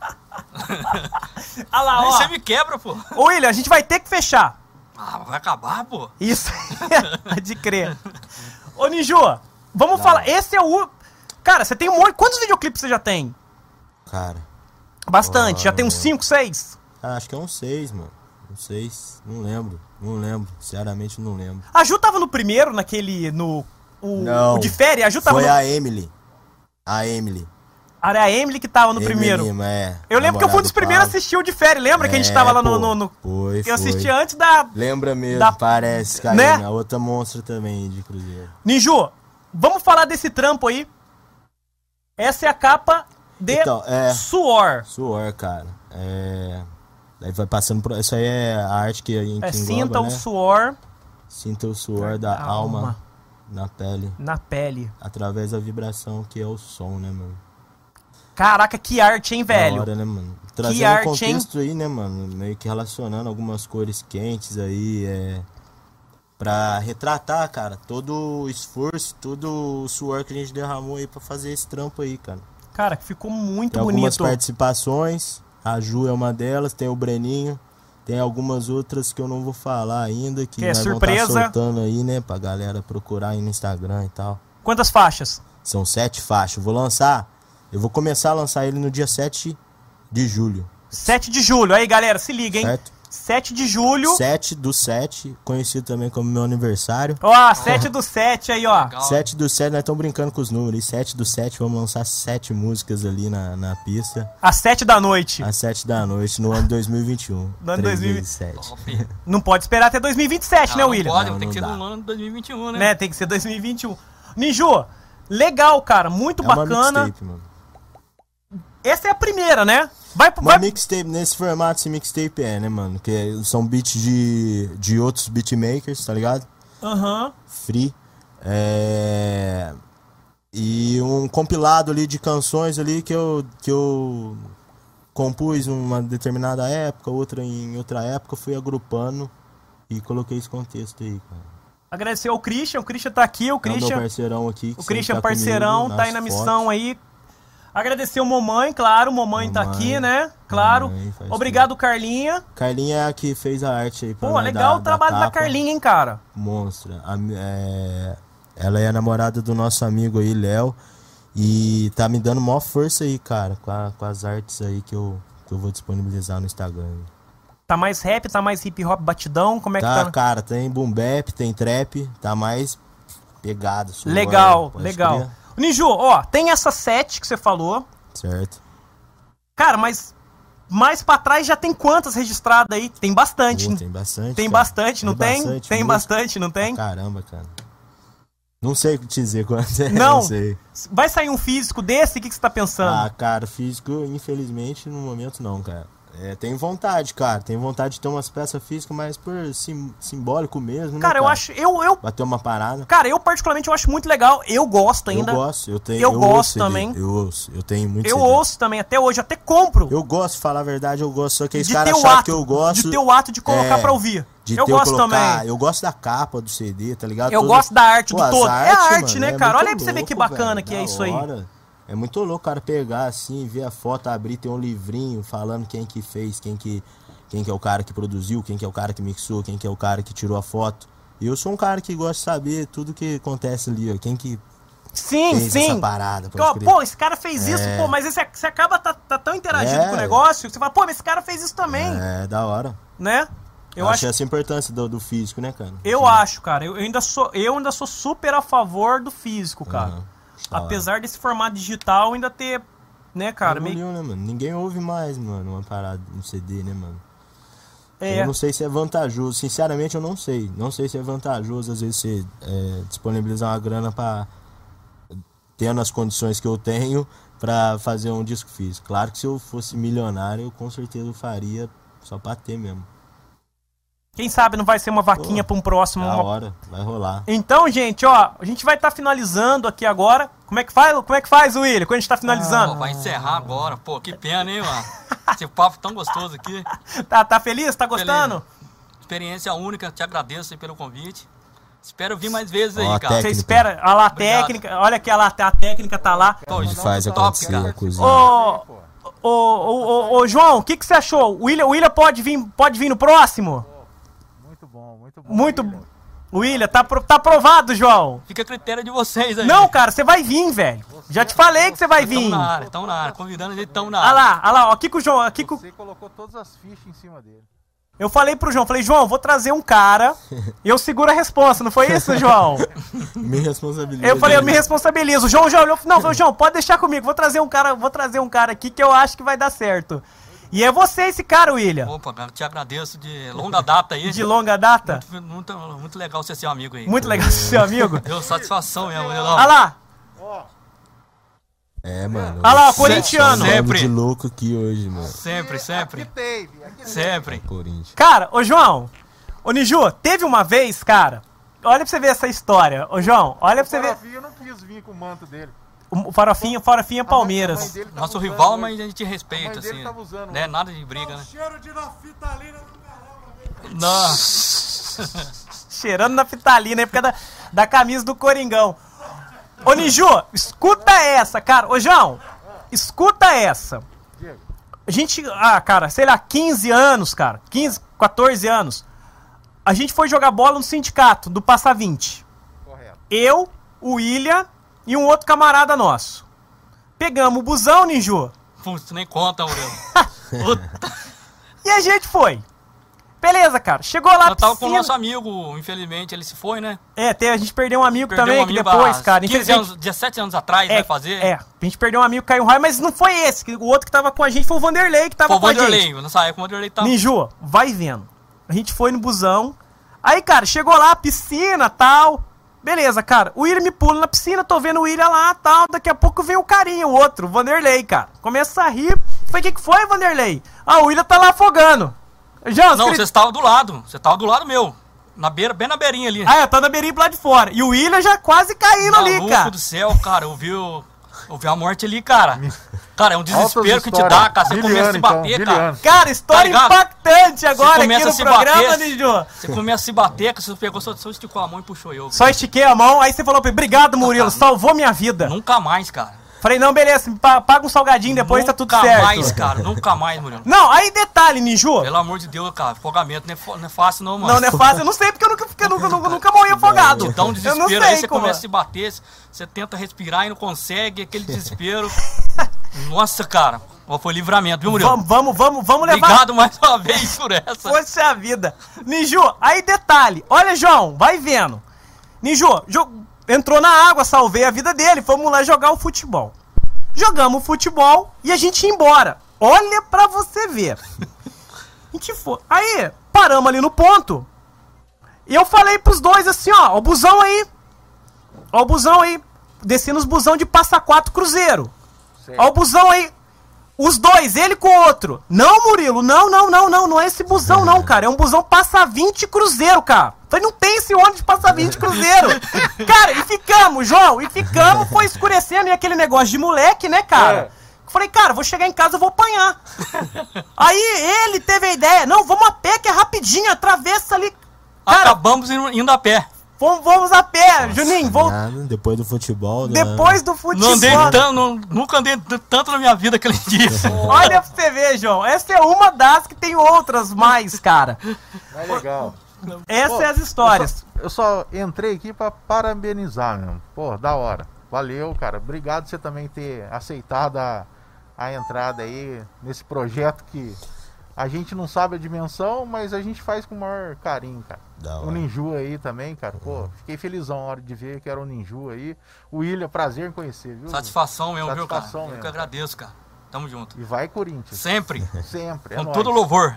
Ah lá, ó. Aí você me quebra, pô. Ô, William, a gente vai ter que fechar. Vai acabar, pô. Isso, de crer. Ô, Ninju, vamos falar, esse é o... Cara, você tem um monte... Quantos videoclipes você já tem? Cara... Bastante, já tem uns 5, 6? Acho que é uns 6, mano. Uns 6, não lembro. Sinceramente não lembro. A Ju tava no primeiro, naquele... Não. O de férias, a Ju tava Foi no... a Emily. A Emily. Era a Emily que tava no primeiro. Eu lembro que eu fui um dos primeiros a assistir o de férias. Lembra que a gente tava lá no... Foi. Eu assisti antes da... Lembra mesmo, parece, cara. Né? A outra monstra também de Cruzeiro. Ninju, vamos falar desse trampo aí. Essa é a capa de Suor. Suor, cara. Daí vai passando por... Isso aí é a arte que a gente engloba, Sinta o né? suor. Sinta o suor da alma na pele. Na pele. Através da vibração que é o som, né, mano? Caraca, que arte, hein, velho? Da hora, né, mano? Trazendo que arte, contexto aí, né, mano? Meio que relacionando algumas cores quentes aí, pra retratar, cara, todo o esforço, todo o suor que a gente derramou aí pra fazer esse trampo aí, cara. Cara, que ficou muito tem bonito. Algumas participações, a Ju é uma delas, tem o Breninho, tem algumas outras que eu não vou falar ainda, que nós surpresa. Vamos tá soltando aí, né, pra galera procurar aí no Instagram e tal. Quantas faixas? São 7 faixas. Eu vou começar a lançar ele no dia 7 de julho. 7 de julho, aí galera, se liga, hein? Certo? 7 de julho. 7/7, conhecido também como meu aniversário. Ó, 7/7 aí, ó. 7/7, nós estamos brincando com os números. 7/7, vamos lançar 7 músicas ali na pista. Às 7 da noite. Às 7 da noite, no ano 2021. No ano 2027. Não pode esperar até 2027, né, William? Pode, tem que ser no ano de 2021, né? Né, tem que ser 2021. Ninju, legal, cara, muito bacana. Uma mixtape, mano. Essa é a primeira, né? Uma mixtape, nesse formato, esse mixtape né, mano? Que são beats de outros beatmakers, tá ligado? Aham. Free. E um compilado ali de canções ali que eu compus uma determinada época, outra em outra época, fui agrupando e coloquei esse contexto aí, cara. Agradecer ao Christian, o Christian tá aqui, o Christian... É o meu parceirão aqui. O Christian parceirão, tá aí na missão aí. Agradecer o Mamãe, claro, o Mamãe tá aqui, né? Claro. Obrigado, Carlinha. Carlinha é a que fez a arte aí pra Pô, legal o trabalho da Carlinha, hein, cara? Monstra. Ela é a namorada do nosso amigo aí, Léo. E tá me dando maior força aí, cara, com as artes aí que eu vou disponibilizar no Instagram. Tá mais rap, tá mais hip hop batidão? Como é que tá? Cara, tem boom bap, tem trap, tá mais pegado. Suor, legal. Ninju, ó, tem essa 7 que você falou. Certo. Cara, mas mais pra trás já tem quantas registradas aí? Tem bastante. Tem bastante. Tem cara. bastante, não tem? Bastante, tem bastante, não tem? Caramba, cara. Não sei o que te dizer quanto é. Não sei. Vai sair um físico desse? O que você tá pensando? Cara, físico, infelizmente, no momento não, cara. Tenho vontade, cara. Tenho vontade de ter umas peças físicas, mas por simbólico mesmo, né, cara? Eu acho... Bater uma parada. Cara, eu particularmente eu acho muito legal. Eu gosto ainda. Eu gosto. Eu gosto também. Eu ouço. Eu tenho muito Eu ouço também. Até hoje. Até compro. Eu gosto, falar a verdade, eu gosto. Só que esse cara acham que eu gosto... De ter o ato de colocar pra ouvir. Eu gosto também. Eu gosto da capa do CD, tá ligado? Eu gosto da arte do todo. É a arte, mano, né, cara? Olha aí pra você ver que bacana que é isso aí. É muito louco o cara pegar assim, ver a foto, abrir, tem um livrinho falando quem que fez, quem que é o cara que produziu, quem que é o cara que mixou, quem que é o cara que tirou a foto. E eu sou um cara que gosta de saber tudo que acontece ali, ó. Quem que fez essa parada. Pô, esse cara fez isso, pô, mas você acaba tá tão interagindo com o negócio, que você fala, pô, mas esse cara fez isso também. É, da hora. Né? Eu acho essa importância do físico, né, cara? Eu acho, cara. Eu ainda sou super a favor do físico, cara. Apesar desse formato digital ainda ter, né, cara? Né, mano? Ninguém ouve mais, mano, uma parada no CD, né, mano? Eu não sei se é vantajoso. Sinceramente, eu não sei. Não sei se é vantajoso, às vezes, você disponibilizar uma grana pra... tendo as condições que eu tenho pra fazer um disco físico. Claro que se eu fosse milionário, eu com certeza faria só pra ter mesmo. Quem sabe não vai ser uma vaquinha pra um próximo... Da hora, vai rolar. Então, gente, ó, a gente vai estar finalizando aqui agora. Como é que faz, William, quando a gente tá finalizando? Pô, vai encerrar agora. Pô, que pena, hein, mano? Esse papo tão gostoso aqui. Tá feliz? Tá gostando? Feliz. Experiência única, te agradeço aí pelo convite. Espero vir mais vezes aí, Ó, cara. técnica. Você espera? Olha lá a técnica. Olha que a técnica tá lá. Pô, Onde faz top, acontecer cara. a cozinha. Ô, João, o que você achou? O William pode vir no próximo? Muito bom. Muito. William, tá aprovado, João. Fica a critério de vocês aí. Não, cara, você vai vir, velho. Já te falei que você vai vir. Tão na área. Convidando a gente, tão na Olha área. lá, ó, aqui com o João. Você colocou todas as fichas em cima dele. Eu falei pro João, João, vou trazer um cara e eu seguro a responsa, não foi isso, João? Me responsabilizo. Eu falei, eu me responsabilizo. O João já olhou, não, falou, João, pode deixar comigo, vou trazer um cara aqui que eu acho que vai dar certo. E é você esse cara, William. Opa, cara, te agradeço de longa data aí. De longa data? Muito legal ser seu amigo aí. Muito legal ser seu amigo. Deu satisfação mesmo, Olha lá. É, mano. Olha lá, o corintiano. Sempre. De louco aqui hoje, mano. Sempre. Sempre. Corinthians. Cara, ô João, ô Niju, teve uma vez, cara, olha pra você ver essa história. Ô João, olha pra você ver. Eu não quis vir com o manto dele. O Farofinha Palmeiras. Nosso rival, mas a gente respeita, a mãe dele assim. tava usando, Né? Nada de briga, né? Cheiro de naftalina do caramba. Não. Cheirando na fitalina aí por causa da camisa do Coringão. Ô Niju, escuta essa, cara. Ô João, escuta essa. A gente, cara, sei lá, 15 anos, cara. 15, 14 anos. A gente foi jogar bola no sindicato do Passa 20. Correto. Eu, o William e um outro camarada nosso. Pegamos o busão, Niju. Putz, nem conta, Murilo. E a gente foi. Beleza, cara. Chegou lá, Eu tava com o piscina. nosso amigo, infelizmente, ele se foi, né? A gente perdeu um amigo Perdeu também, um que amigo depois, há cara. 15 anos, 17 anos atrás, vai fazer. A gente perdeu um amigo, caiu um raio, mas não foi esse. O outro que tava com a gente foi o Vanderlei, que tava Foi o com a gente. Vanderlei, nessa época o Vanderlei tava... Niju, vai vendo. A gente foi no busão. Aí, cara, chegou lá, piscina, tal. Beleza, cara. O William me pula na piscina, tô vendo o William lá, tal. Daqui a pouco vem o carinha, o outro, o Vanderlei, cara. Começa a rir. Falei, o que foi, Vanderlei? O William tá lá afogando. Já, Não, você estava do lado. Você estava do lado meu. Bem na beirinha ali. Eu tava na beirinha pro lado de fora. E o William já quase caindo ali, cara. Maluco do céu, cara. Eu vi a morte ali, cara. Cara, é um desespero que te dá, cara. Você começa a se bater, cara. Cara, história Tá impactante agora aqui no programa, bater, Niju. Você começa a se bater, que você pegou, só esticou a mão e puxou eu. Só estiquei a mão, aí você falou pra ele, obrigado, Murilo, salvou minha vida. Nunca mais, cara. Falei, não, beleza, paga um salgadinho depois, tá tudo certo. Nunca mais, cara. Nunca mais, Murilo. Não, aí detalhe, Niju. Pelo amor de Deus, cara. Afogamento não é fácil, não, mano. Não é fácil, eu não sei porque eu nunca morri afogado. Te dá um Eu desespero, não sei aí você como. começa a se bater, você tenta respirar e não consegue, aquele desespero. Nossa, cara. Foi livramento, viu, Murilo? Vamos levar. Obrigado mais uma vez por essa. Poxa vida. Niju, aí detalhe. Olha, João, vai vendo. Niju, entrou na água, salvei a vida dele. Fomos lá jogar o futebol. Jogamos futebol e a gente ia embora. Olha pra você ver. A gente foi. Aí, paramos ali no ponto. E eu falei pros dois assim, ó o busão aí. Ó o busão aí. Descendo os busão de Passa Quatro Cruzeiro. Ó o busão aí. Os dois, ele com o outro. Não, Murilo, não é esse busão não, cara. É um busão Passa 20 Cruzeiro, cara. Falei, não tem esse ônibus Passa 20 Cruzeiro. Cara, e ficamos, João, foi escurecendo e aquele negócio de moleque, né, cara? Falei, cara, vou chegar em casa, eu vou apanhar. Aí ele teve a ideia, não, vamos a pé que é rapidinho, atravessa ali. Cara, acabamos indo a pé. Vamos a pé, Juninho, vamos. Depois do futebol. Depois do futebol. Nunca andei tanto na minha vida aquele dia. Olha pra você ver, João. Essa é uma das que tem outras mais, cara. É legal. Essas é as histórias. Eu só entrei aqui pra parabenizar, mesmo. Pô, da hora. Valeu, cara. Obrigado você também ter aceitado a entrada aí nesse projeto que a gente não sabe a dimensão, mas a gente faz com o maior carinho, cara. O Ninju aí também, cara. Pô, fiquei felizão na hora de ver que era o Ninju aí. O William, prazer em conhecer, viu? Satisfação mesmo, viu, cara? Satisfação mesmo. Eu que agradeço, cara. Tamo junto. E vai, Corinthians. Sempre. Sempre. Com todo louvor.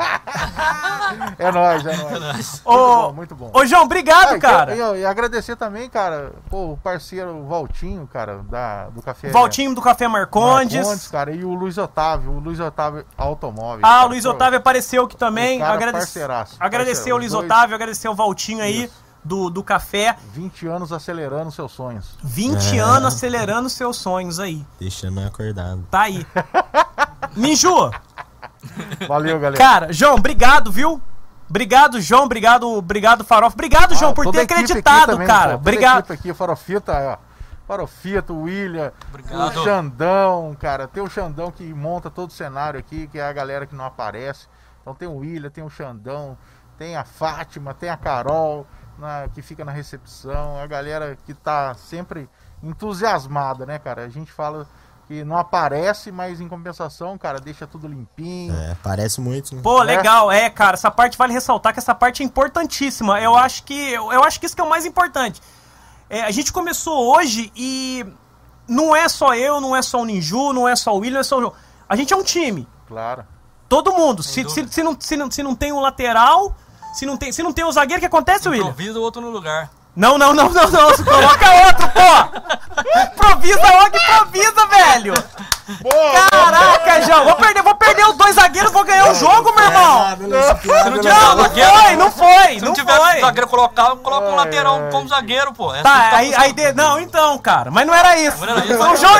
É nóis. Muito bom. Ô, João, obrigado, cara. E agradecer também, cara, o parceiro Valtinho, cara, do Café... Valtinho do Café Marcondes. Cara, e o Luiz Otávio Automóveis. O Luiz Otávio apareceu aqui também. Agradecer o Luiz Otávio, agradecer o Valtinho aí. do café. 20 anos acelerando seus sonhos. 20 anos acelerando seus sonhos aí. Deixando acordado. Tá aí. Ninju! Valeu, galera. Cara, João, obrigado, viu? Obrigado, João. Obrigado, Farofa. Obrigado, João, por toda ter a equipe aqui acreditado, também, cara. pô, Obrigado. Toda a equipe aqui, Farofita, ó. Farofita, o William, Obrigado. o Xandão, cara. Tem o Xandão que monta todo o cenário aqui, que é a galera que não aparece. Então tem o William, tem o Xandão, tem a Fátima, tem a Carol, que fica na recepção. A galera que tá sempre entusiasmada, né, cara? A gente fala que não aparece, mas em compensação, cara, deixa tudo limpinho. Parece muito, né? Pô, legal, cara, essa parte vale ressaltar que essa parte é importantíssima. Eu acho que isso que é o mais importante. A gente começou hoje e não é só eu, não é só o Ninju, não é só o William, não é só o João. A gente é um time. Claro. Todo mundo. Se não tem o lateral, se não tem o zagueiro, o que acontece, William? Improvisa o outro no lugar. Não. Você coloca outro, pô. Improvisa, velho. Boa, Caraca, João. Vou perder os 2 zagueiros, vou ganhar o jogo, meu irmão. Não foi. Se não tiver zagueiro coloca um lateral como zagueiro, pô. Não, então, cara. Mas não era isso. O João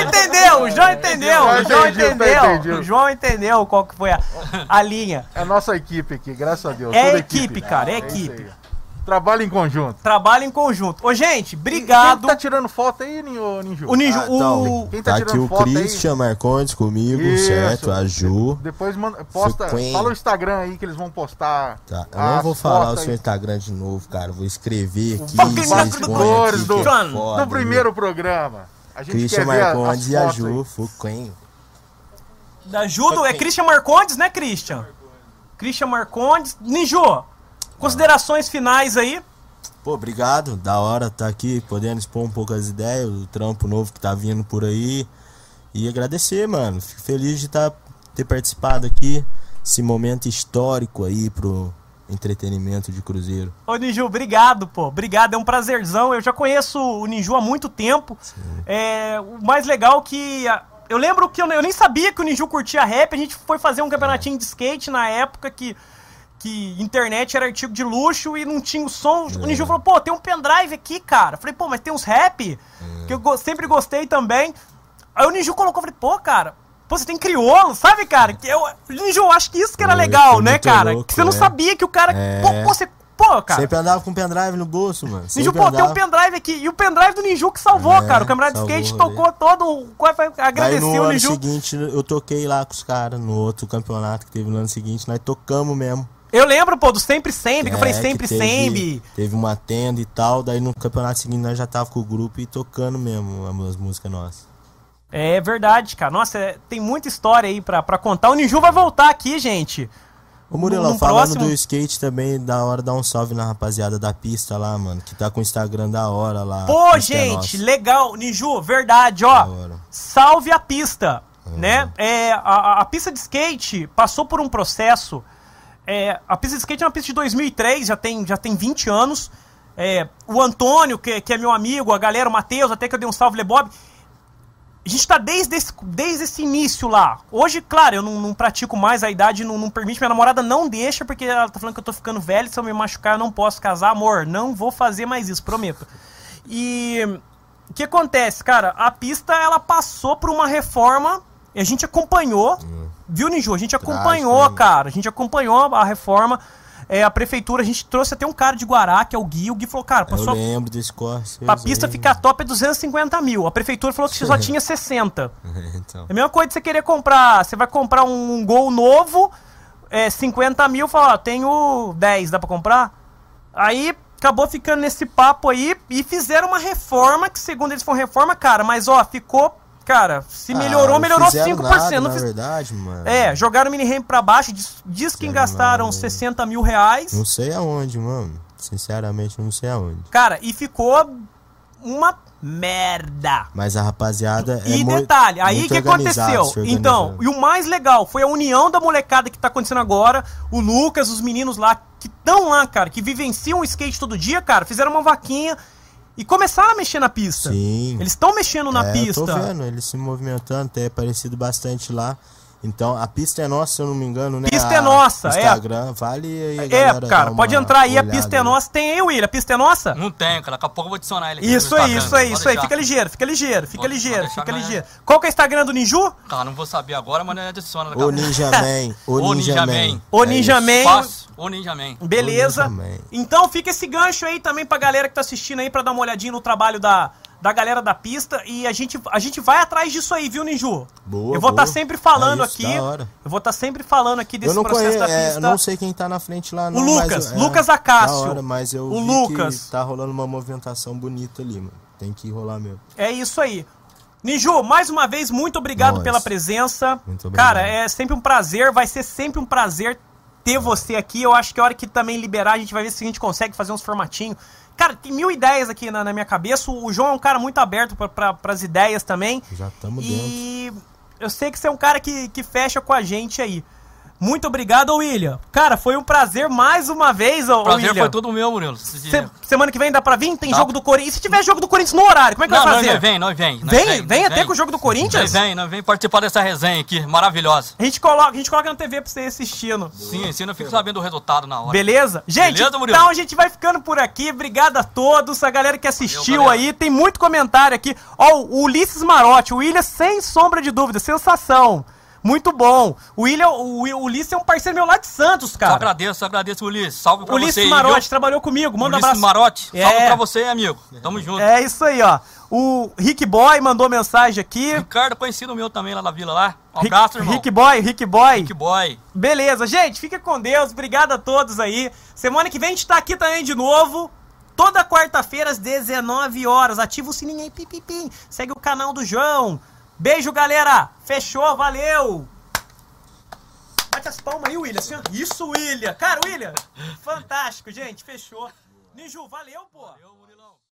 entendeu. O João entendeu qual que foi a linha. É a nossa equipe aqui, graças a Deus. É toda equipe, cara, é equipe. Trabalho em conjunto. Ô, gente, obrigado. Quem tá tirando foto aí, Ninju? O Ninju, Quem tá aqui o Christian Marcondes comigo, Isso. certo? A Ju. Depois posta, fala o Instagram aí que eles vão postar. Tá. Eu não vou falar o seu Instagram de novo, cara. Vou escrever aqui. Vocês põem aqui, que é foda, do primeiro programa. A gente Christian quer ver Marcondes e a fotos Ju, aí. Fuquenho. Da Judo é Christian Marcondes, né, Christian? Christian Marcondes. Ninju, considerações finais aí. Pô, obrigado. Da hora tá aqui, podendo expor um pouco as ideias, o trampo novo que tá vindo por aí. E agradecer, mano. Fico feliz de ter participado aqui. Esse momento histórico aí pro entretenimento de Cruzeiro. Ô, Ninju, obrigado, pô. Obrigado, é um prazerzão. Eu já conheço o Ninju há muito tempo. O mais legal que... Eu lembro que eu nem sabia que o Ninju curtia rap. A gente foi fazer um campeonatinho de skate na época que internet era artigo de luxo e não tinha o som. O Ninju falou, pô, tem um pendrive aqui, cara. Falei, pô, mas tem uns rap, que eu sempre gostei também. Aí o Ninju colocou, falei, pô, cara, você tem crioulo, sabe, cara? Ninju, acho que isso que era legal, né, cara? Louco, que você não sabia que o cara... Pô, cara. Sempre andava com pendrive no bolso, mano. Ninju, pô, tem um pendrive aqui. E o pendrive do Ninju que salvou, cara. O campeonato de skate tocou todo. Agradeceu o Ninju. No ano seguinte, eu toquei lá com os caras, no outro campeonato que teve no ano seguinte, nós tocamos mesmo. Eu lembro, pô, do Sempre Sempre, que eu falei Sempre Teve uma tenda e tal, daí no campeonato seguinte nós já tava com o grupo e tocando mesmo as músicas nossas. É verdade, cara. Nossa, tem muita história aí pra contar. O Ninju vai voltar aqui, gente. Ô Murilo, falando do skate também, da hora dar um salve na rapaziada da pista lá, mano, que tá com o Instagram da hora lá. Pô, gente, legal. Ninju, verdade, ó. Salve a pista, né? A pista de skate passou por um processo... a pista de skate é uma pista de 2003, já tem 20 anos. O Antônio, que é meu amigo, a galera, o Matheus, até que eu dei um salve, Lebob. A gente tá desde esse início lá. Hoje, claro, eu não pratico mais, a idade não permite. Minha namorada não deixa, porque ela tá falando que eu tô ficando velho, se eu me machucar eu não posso casar. Amor, não vou fazer mais isso, prometo. E o que acontece, cara? A pista, ela passou por uma reforma e a gente acompanhou. Viu, Ninju? A gente acompanhou, cara. A gente acompanhou a reforma. A prefeitura, a gente trouxe até um cara de Guará, que é o Gui. O Gui falou, cara, eu lembro desse corte. Pra pista ficar top é 250 mil. A prefeitura falou que só tinha 60. Então. É a mesma coisa de você querer comprar. Você vai comprar um Gol novo, 50 mil, fala, tenho 10, dá pra comprar? Aí acabou ficando nesse papo aí e fizeram uma reforma, que segundo eles foi uma reforma, cara, mas ó, ficou... Cara, se melhorou 5%. Nada, não na verdade, mano. Jogaram o mini-ramp pra baixo, diz que gastaram 60 mil reais. Não sei aonde, mano. Sinceramente, não sei aonde. Cara, e ficou uma merda. Mas a rapaziada E detalhe, aí o que aconteceu? Então, e o mais legal foi a união da molecada que tá acontecendo agora. O Lucas, os meninos lá, que estão lá, cara, que vivenciam o skate todo dia, cara, fizeram uma vaquinha. E começaram a mexer na pista. Sim. Eles estão mexendo na pista. Eu tô vendo, eles se movimentando, tem aparecido bastante lá. Então, a pista é nossa, se eu não me engano, né? Pista é nossa, Instagram, vale aí, galera, cara, pode entrar aí, a pista é olhada. nossa. Tem aí, William, a pista é nossa? Não tenho, cara. Daqui a pouco eu vou adicionar ele aqui. Isso no aí, Instagram. isso aí. Pode Fica deixar. ligeiro, Vou deixar ganhar. Qual que é o Instagram do Ninju? Cara, não vou saber agora, mas adiciona daqui a O pouco. Ninja Man, o Ninja Man. O Ninja Man. Fácil. O Ninja Man. Beleza. O Ninja Man. Então fica esse gancho aí também pra galera que tá assistindo aí, pra dar uma olhadinha no trabalho da galera da pista. E a gente vai atrás disso aí, viu, Ninju? Boa, eu vou estar boa. sempre falando É isso, aqui. da hora. Eu vou estar sempre falando aqui desse Eu não processo conheço, da pista. não sei quem tá na frente lá, não. O Lucas, mas Lucas Acácio. Da hora, mas eu O vi Lucas. que tá rolando uma movimentação bonita ali, mano. Tem que rolar mesmo. É isso aí. Ninju, mais uma vez, muito obrigado Nós. pela presença. Muito obrigado. Cara, é sempre um prazer, vai ser sempre um prazer ter você aqui. Eu acho que a hora que também liberar, a gente vai ver se a gente consegue fazer uns formatinhos. Cara, tem 1000 ideias aqui na minha cabeça. O João é um cara muito aberto para as ideias também. Já estamos dentro. E eu sei que você é um cara que fecha com a gente aí. Muito obrigado, William. Cara, foi um prazer mais uma vez, O prazer William. foi todo meu, Murilo. Semana que vem dá pra vir? Tem Dá. jogo do Corinthians. E se tiver jogo do Corinthians no horário, como é que vai fazer? Nós vem. Vem até com o jogo do Corinthians? Nós vem participar dessa resenha aqui, maravilhosa. A gente coloca na TV pra você ir assistindo. Sim, eu fico sabendo do resultado na hora. Beleza? Gente, Beleza, Murilo? então a gente vai ficando por aqui. Obrigado a todos, a galera que assistiu galera. aí. Tem muito comentário aqui. Ó, o Ulisses Marotti, o William, sem sombra de dúvida, sensação. Muito bom. O Ulisses é um parceiro meu lá de Santos, cara. Só agradeço, Ulisses. Salve pra Ulisses você aí, Marotti viu? trabalhou comigo. Manda um Ulisses abraço. Marotti, É. salve pra você, amigo. Tamo junto. É isso aí, ó. O Rick Boy mandou mensagem aqui. Ricardo, conhecido meu também lá da vila lá. Um abraço, irmão. Rick Boy. Rick Boy. Beleza, gente, fica com Deus. Obrigado a todos aí. Semana que vem a gente tá aqui também de novo. Toda quarta-feira às 19 horas. Ativa o sininho aí, pim. Segue o canal do João. Beijo, galera. Fechou, valeu. Bate as palmas aí, William. Assim, ó. Isso, William. Cara, William, fantástico, gente. Fechou. Ninju, valeu, pô.